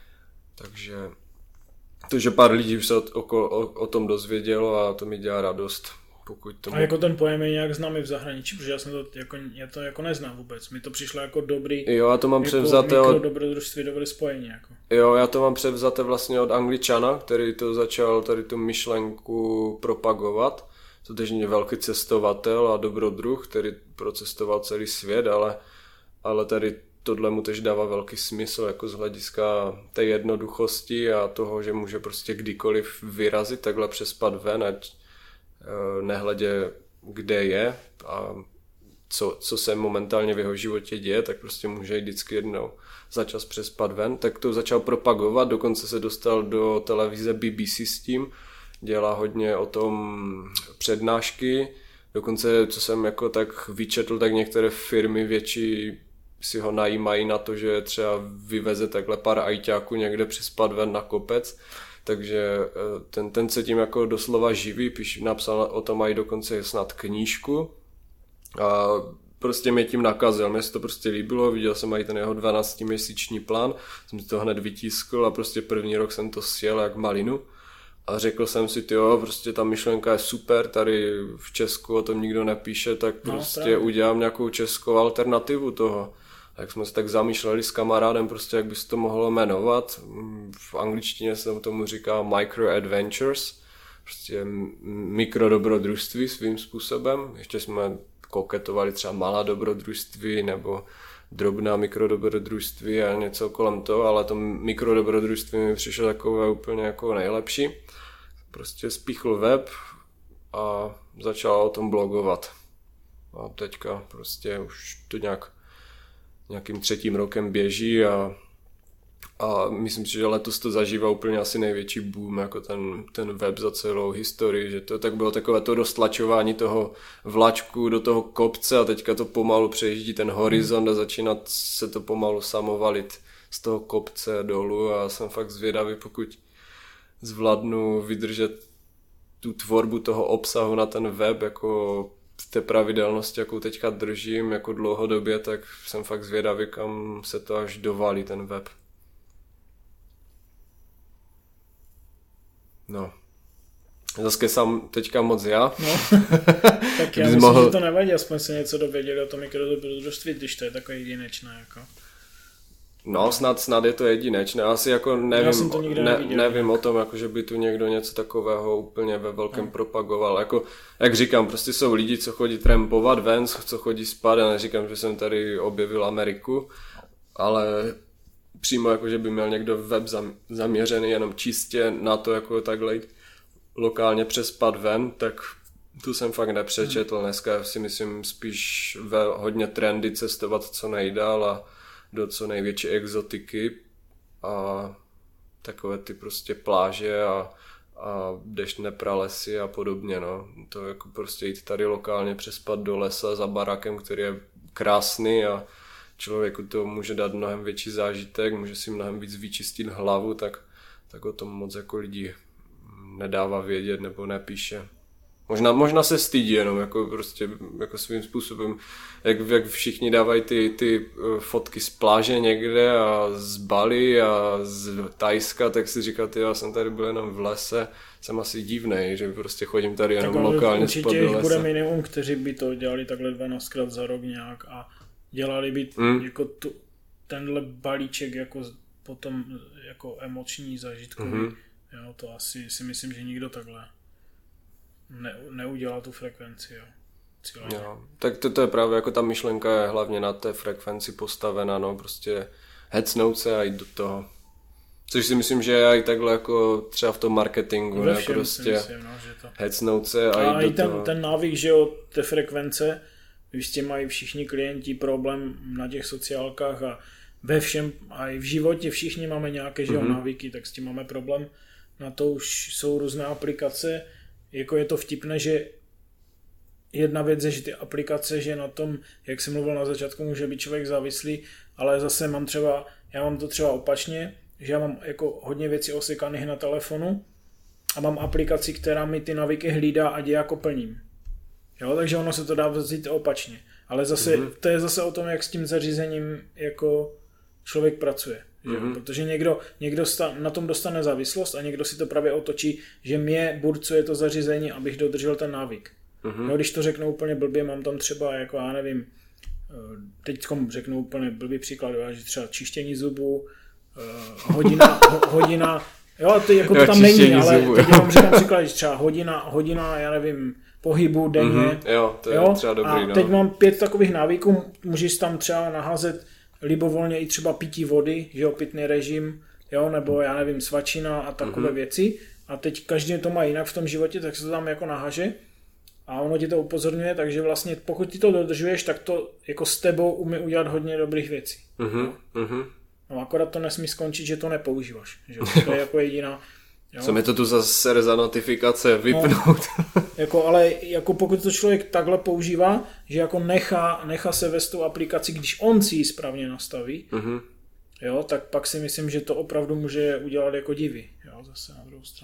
Takže pár lidí už se o tom dozvědělo a to mi dělá radost.
A jako ten pojem je nějak známý v zahraničí, protože já to jako neznám vůbec. Mi to přišlo jako dobrý.
Jo, já to mám
jako
převzaté
mikrodobrodružství, dobré spojení. Jako.
Jo, já to mám převzaté vlastně od Angličana, který to začal tady tu myšlenku propagovat. To tež je velký cestovatel a dobrodruh, který procestoval celý svět, ale tady tohle mu tež dává velký smysl jako z hlediska té jednoduchosti a toho, že může prostě kdykoliv vyrazit takhle přespat ven, ať nehledě kde je a co se momentálně v jeho životě děje, tak prostě může jít vždycky jednou za čas přespat ven. Tak to začal propagovat, dokonce se dostal do televize BBC s tím, dělá hodně o tom přednášky, dokonce co jsem jako tak vyčetl, tak některé firmy větší si ho najímají na to, že třeba vyveze takhle pár ajťáků někde přespat ven na kopec, takže ten se tím jako doslova živí, napsal o tom mají dokonce snad knížku a prostě mě tím nakazil, mně se to prostě líbilo, viděl jsem i ten jeho 12měsíční plán, jsem si to hned vytiskl a prostě první rok jsem to sjel jak malinu a řekl jsem si, jo, prostě ta myšlenka je super, tady v Česku o tom nikdo nepíše, tak prostě udělám nějakou českou alternativu toho. Tak jsme se tak zamýšleli s kamarádem, prostě jak by se to mohlo jmenovat, v angličtině se tomu říká micro adventures, prostě mikrodobrodružství svým způsobem, ještě jsme koketovali třeba malá dobrodružství nebo drobná mikrodobrodružství a něco kolem toho, ale to mikrodobrodružství mi přišlo takové úplně jako nejlepší. Prostě spíchl web a začal o tom blogovat. A teďka prostě už to nějakým 3. rokem běží a myslím si, že letos to zažívá úplně asi největší boom, jako ten web za celou historii, že to tak bylo takové to dostlačování toho vlačku do toho kopce a teďka to pomalu přejíždí ten horizont a začíná se to pomalu samovalit z toho kopce dolů a jsem fakt zvědavý, pokud zvládnu vydržet tu tvorbu toho obsahu na ten web jako v té pravidelnosti, jakou teďka držím jako dlouhodobě, tak jsem fakt zvědavý, kam se to až dovalí ten web. No. Zase sám teďka moc já.
No. Tak já myslím, že to nevadí, aspoň se něco dověděli o tom mikrodobrodružství, když to je takové jedinečné. Jako.
No, snad je to jedinečné. Asi jako nevím o tom, jako, že by tu někdo něco takového úplně ve velkém propagoval. Jako, jak říkám, prostě jsou lidi, co chodí trampovat ven, co chodí spát. Já neříkám, že jsem tady objevil Ameriku, ale přímo jako, že by měl někdo web zaměřený jenom čistě na to, jako takhle lokálně přespat ven, tak tu jsem fakt nepřečetl. Dneska si myslím spíš hodně trendy cestovat co nejdál a do co největší exotiky a takové ty prostě pláže a deštné pralesy a podobně, no. To jako prostě jít tady lokálně přespat do lesa za barakem, který je krásný a člověku to může dát mnohem větší zážitek, může si mnohem víc vyčistit hlavu, tak o tom moc jako lidi nedává vědět nebo nepíše. Možná se stydí jenom, jako prostě jako svým způsobem, jak všichni dávají ty fotky z pláže někde a z Bali a z Thajska, tak si říká, já jsem tady byl jenom v lese, jsem asi divnej, že prostě chodím tady jenom lokálně spod do lesa.
Určitě bude minimum, kteří by to dělali takhle 12krát za rok nějak a dělali by jako tenhle balíček jako potom jako emoční zážitkový. Jo, to asi si myslím, že nikdo takhle neudělá tu frekvenci, jo.
Jo, tak to je právě jako ta myšlenka je hlavně na té frekvenci postavena, no, prostě hecnout se a jít do toho. Což si myslím, že je i takhle jako třeba v tom marketingu, ne, prostě myslím, no, že to hecnout se a jít do toho.
Ten návyk, že jo, té frekvence, když s tím mají všichni klienti problém na těch sociálkách a ve všem, a i v životě všichni máme nějaké že jo, návyky, tak s tím máme problém. Na to už jsou různé aplikace, jako je to vtipné, že jedna věc je, že ty aplikace, že na tom, jak jsem mluvil na začátku, může být člověk závislý, ale zase já mám to třeba opačně, že já mám jako hodně věcí osekaných na telefonu a mám aplikaci, která mi ty navyky hlídá a děje jako plním. Jo, takže ono se to dá vzít opačně. Ale zase, to je zase o tom, jak s tím zařízením jako člověk pracuje. Protože někdo na tom dostane závislost a někdo si to právě otočí, že mě burcuje to zařízení, abych dodržel ten návyk. No, když to řeknu úplně blbě, mám tam třeba, jako já nevím, teď řeknu úplně blbý příklad, že třeba čištění zubů, hodina, jo, to, jako to tam není, ale teď vám říkám příklad, že třeba hodina, já nevím, pohybu denně.
Jo, to je třeba dobrý.
A teď mám 5 takových návyků, můžeš tam třeba naházet libovolně i třeba pití vody, že jo, pitný režim, jo, nebo já nevím, svačina a takové věci. A teď každý to má jinak v tom životě, tak se to tam jako naháže a ono ti to upozorňuje, takže vlastně pokud ty to dodržuješ, tak to jako s tebou umí udělat hodně dobrých věcí. No akorát to nesmí skončit, že to nepoužíváš, že jo, to je jako jediná. Jo.
Co mi to tu zase za notifikace vypnout?
No, jako, ale jako pokud to člověk takhle používá, že jako nechá se vést tu aplikaci, když on si ji správně nastaví, jo, tak pak si myslím, že to opravdu může udělat jako divy, jo, zase na druhou stranu.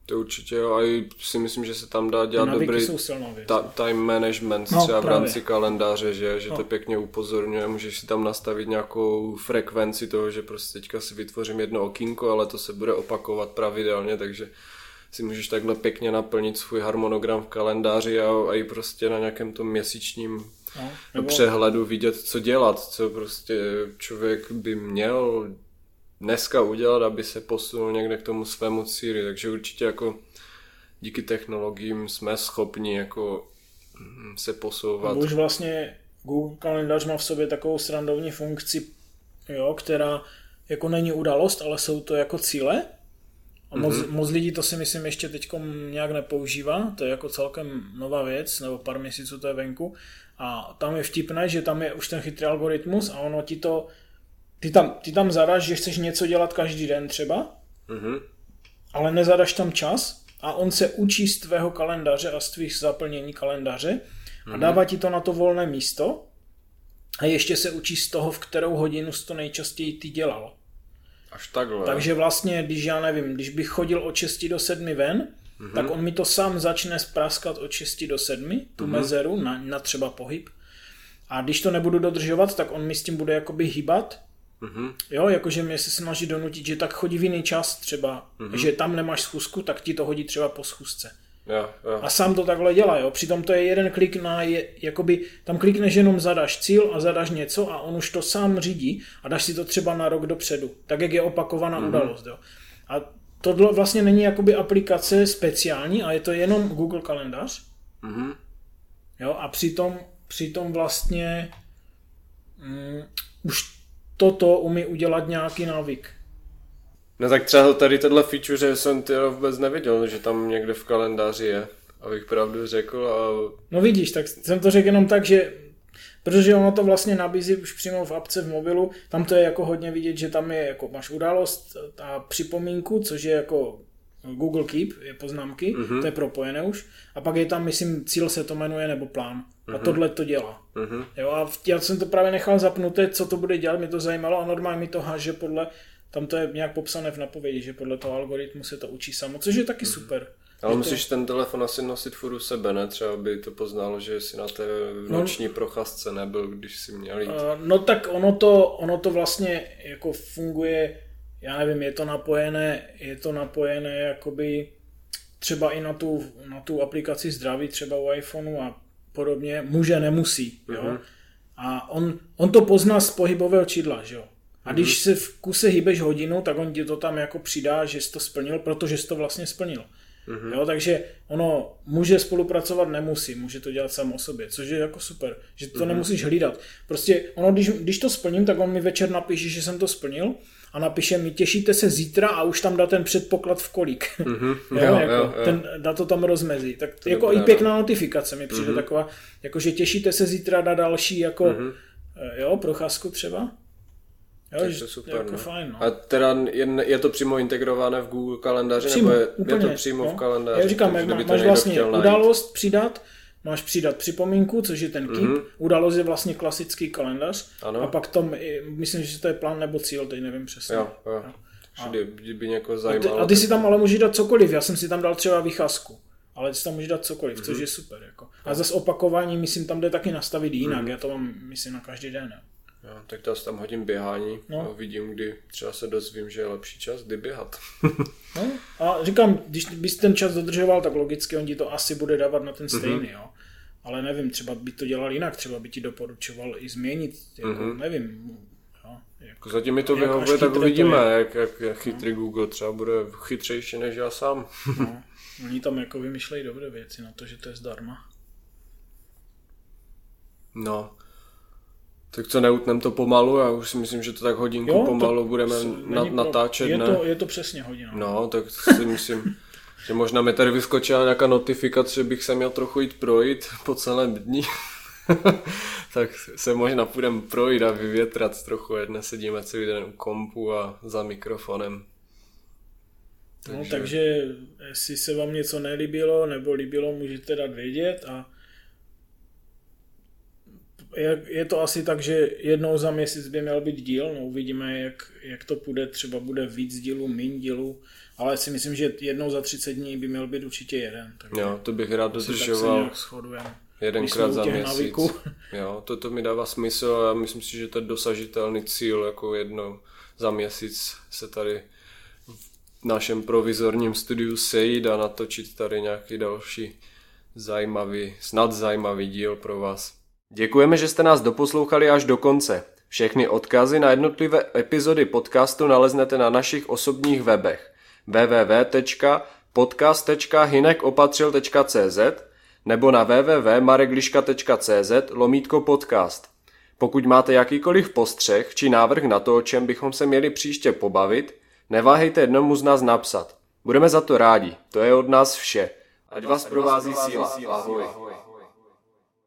To určitě jo, a i si myslím, že se tam dá dělat dobrý time management třeba v rámci kalendáře, že to pěkně upozorňuje, můžeš si tam nastavit nějakou frekvenci toho, že prostě teďka si vytvořím jedno okýnko, ale to se bude opakovat pravidelně, takže si můžeš takhle pěkně naplnit svůj harmonogram v kalendáři a i prostě na nějakém tom měsíčním přehledu vidět, co dělat, co prostě člověk by měl dneska udělat, aby se posunul někde k tomu svému cíli, takže určitě jako díky technologiím jsme schopni jako se posouvat.
Už vlastně Google kalendář má v sobě takovou srandovní funkci, jo, která jako není událost, ale jsou to jako cíle. A moc lidí to si myslím ještě teď nějak nepoužívá, to je jako celkem nová věc, nebo pár měsíců to je venku. A tam je vtipné, že tam je už ten chytrý algoritmus a ono ti to Ty tam zadaš, že chceš něco dělat každý den třeba, ale nezadaš tam čas a on se učí z tvého kalendáře a z tvých zaplnění kalendáře a dává ti to na to volné místo a ještě se učí z toho, v kterou hodinu jsi to nejčastěji ty dělal.
Až takhle.
Takže vlastně, když bych chodil od 6 do 7 ven, tak on mi to sám začne spráskat od 6 do 7, tu mezeru na třeba pohyb. A když to nebudu dodržovat, tak on mi s tím bude jakoby hýbat. Jo, jakože mě se snaží donutit, že tak chodí v jiný čas třeba, že tam nemáš schůzku, tak ti to hodí třeba po schůzce.
Jo.
A sám to takhle dělá, jo. Přitom to je jeden klik jakoby tam klikneš jenom zadaš cíl a zadaš něco a on už to sám řídí a dáš si to třeba na rok dopředu, tak jak je opakovaná událost, jo. A tohle vlastně není jakoby aplikace speciální, ale je to jenom Google kalendář. Jo, a přitom vlastně už toto umí udělat nějaký návyk.
No tak třeba tady tenhle feature jsem vůbec neviděl, že tam někde v kalendáři je, abych pravdu řekl.
No vidíš, tak jsem to řekl jenom tak, že protože ono to vlastně nabízí už přímo v apce v mobilu, tam to je jako hodně vidět, že tam je jako máš událost a připomínku, což je jako Google Keep, je poznámky, to je propojené už. A pak je tam, myslím, cíl se to jmenuje, nebo plán. A tohle to dělá. Jo, a já jsem to právě nechal zapnuté, co to bude dělat, mě to zajímalo a normálně mi to háže podle, tam to je nějak popsané v napovědi, že podle toho algoritmu se to učí samo, což je taky super.
Ale musíš ten telefon asi nosit furt u sebe, ne? Třeba by to poznalo, že jsi na té noční procházce nebyl, když jsi měl jít.
No tak ono to vlastně jako funguje, já nevím, je to napojené jakoby třeba i na tu aplikaci zdraví, třeba u iPhoneu a podobně, může, nemusí, jo. A on to pozná z pohybového čidla, že jo. A když se v kuse hýbeš hodinu, tak on ti to tam jako přidá, že jsi to splnil, protože jsi to vlastně splnil. Jo, takže ono může spolupracovat, nemusí, může to dělat sám o sobě, což je jako super, že to nemusíš hlídat. Prostě ono, když to splním, tak on mi večer napíše, že jsem to splnil a napíše mi, těšíte se zítra a už tam dá ten předpoklad v kolik. Jo. Dá to tam rozmezí. Tak to jako i pěkná notifikace mi přijde taková, jako že těšíte se zítra na další jako procházku třeba. Jo, to je super, jako no. Fajn, no.
A teda je to přímo integrované v Google kalendáři,
přímo,
nebo
úplně,
je to přímo v kalendáři?
Já říkám, máš vlastně událost přidat, máš přidat připomínku, což je ten keep. Událost je vlastně klasický kalendář.
Ano.
A pak tam, myslím, že to je plán nebo cíl, teď nevím přesně.
Jo. Kdyby někoho zajímalo.
A ty si tam ale můžeš dát cokoliv, já jsem si tam dal třeba vycházku. Ale ty si tam můžeš dát cokoliv, což je super. Jako. A zase opakování, myslím, tam jde taky nastavit jinak. Já to mám, myslím, na každý den.
Jo, tak to tam hodím běhání a vidím, kdy třeba se dozvím, že je lepší čas, kdy běhat.
No, a říkám, když bys ten čas dodržoval, tak logicky on ti to asi bude dávat na ten stejný, jo. Ale nevím, třeba by to dělal jinak, třeba by ti doporučoval i změnit, jako, nevím. Jo,
jako zatím mi to vyhovuje, tak uvidíme, jak chytrý Google třeba bude chytřejší než já sám.
No, oni tam jako vymýšlejí dobré věci na to, že to je zdarma.
No. Tak co, neutnem to pomalu, já už si myslím, že to tak hodinku pomalu budeme natáčet, ne?
Je to přesně hodina.
No, tak si myslím, že možná mi tady vyskočila nějaká notifikace, že bych se měl trochu jít projít po celém dní. Tak se možná půjdeme projít a vyvětrat trochu, dnes sedíme celý den u kompu a za mikrofonem.
Takže jestli se vám něco nelíbilo nebo líbilo, můžete dát vědět a je to asi tak, že jednou za měsíc by měl být díl, no uvidíme, jak to půjde, třeba bude víc dílů, míň dílů, ale si myslím, že jednou za 30 dní by měl být určitě jeden. Takže
jo, to bych rád dodržoval. Jedenkrát za měsíc. Jo, to mi dává smysl a myslím si, že to je dosažitelný cíl, jako jednou za měsíc se tady v našem provizorním studiu sejít a natočit tady nějaký další snad zajímavý díl pro vás. Děkujeme, že jste nás doposlouchali až do konce. Všechny odkazy na jednotlivé epizody podcastu naleznete na našich osobních webech www.podcast.hynekopatřil.cz nebo na www.marekliška.cz/podcast. Pokud máte jakýkoliv postřeh či návrh na to, o čem bychom se měli příště pobavit, neváhejte jednomu z nás napsat. Budeme za to rádi, to je od nás vše. Ať vás provází síla. Ahoj.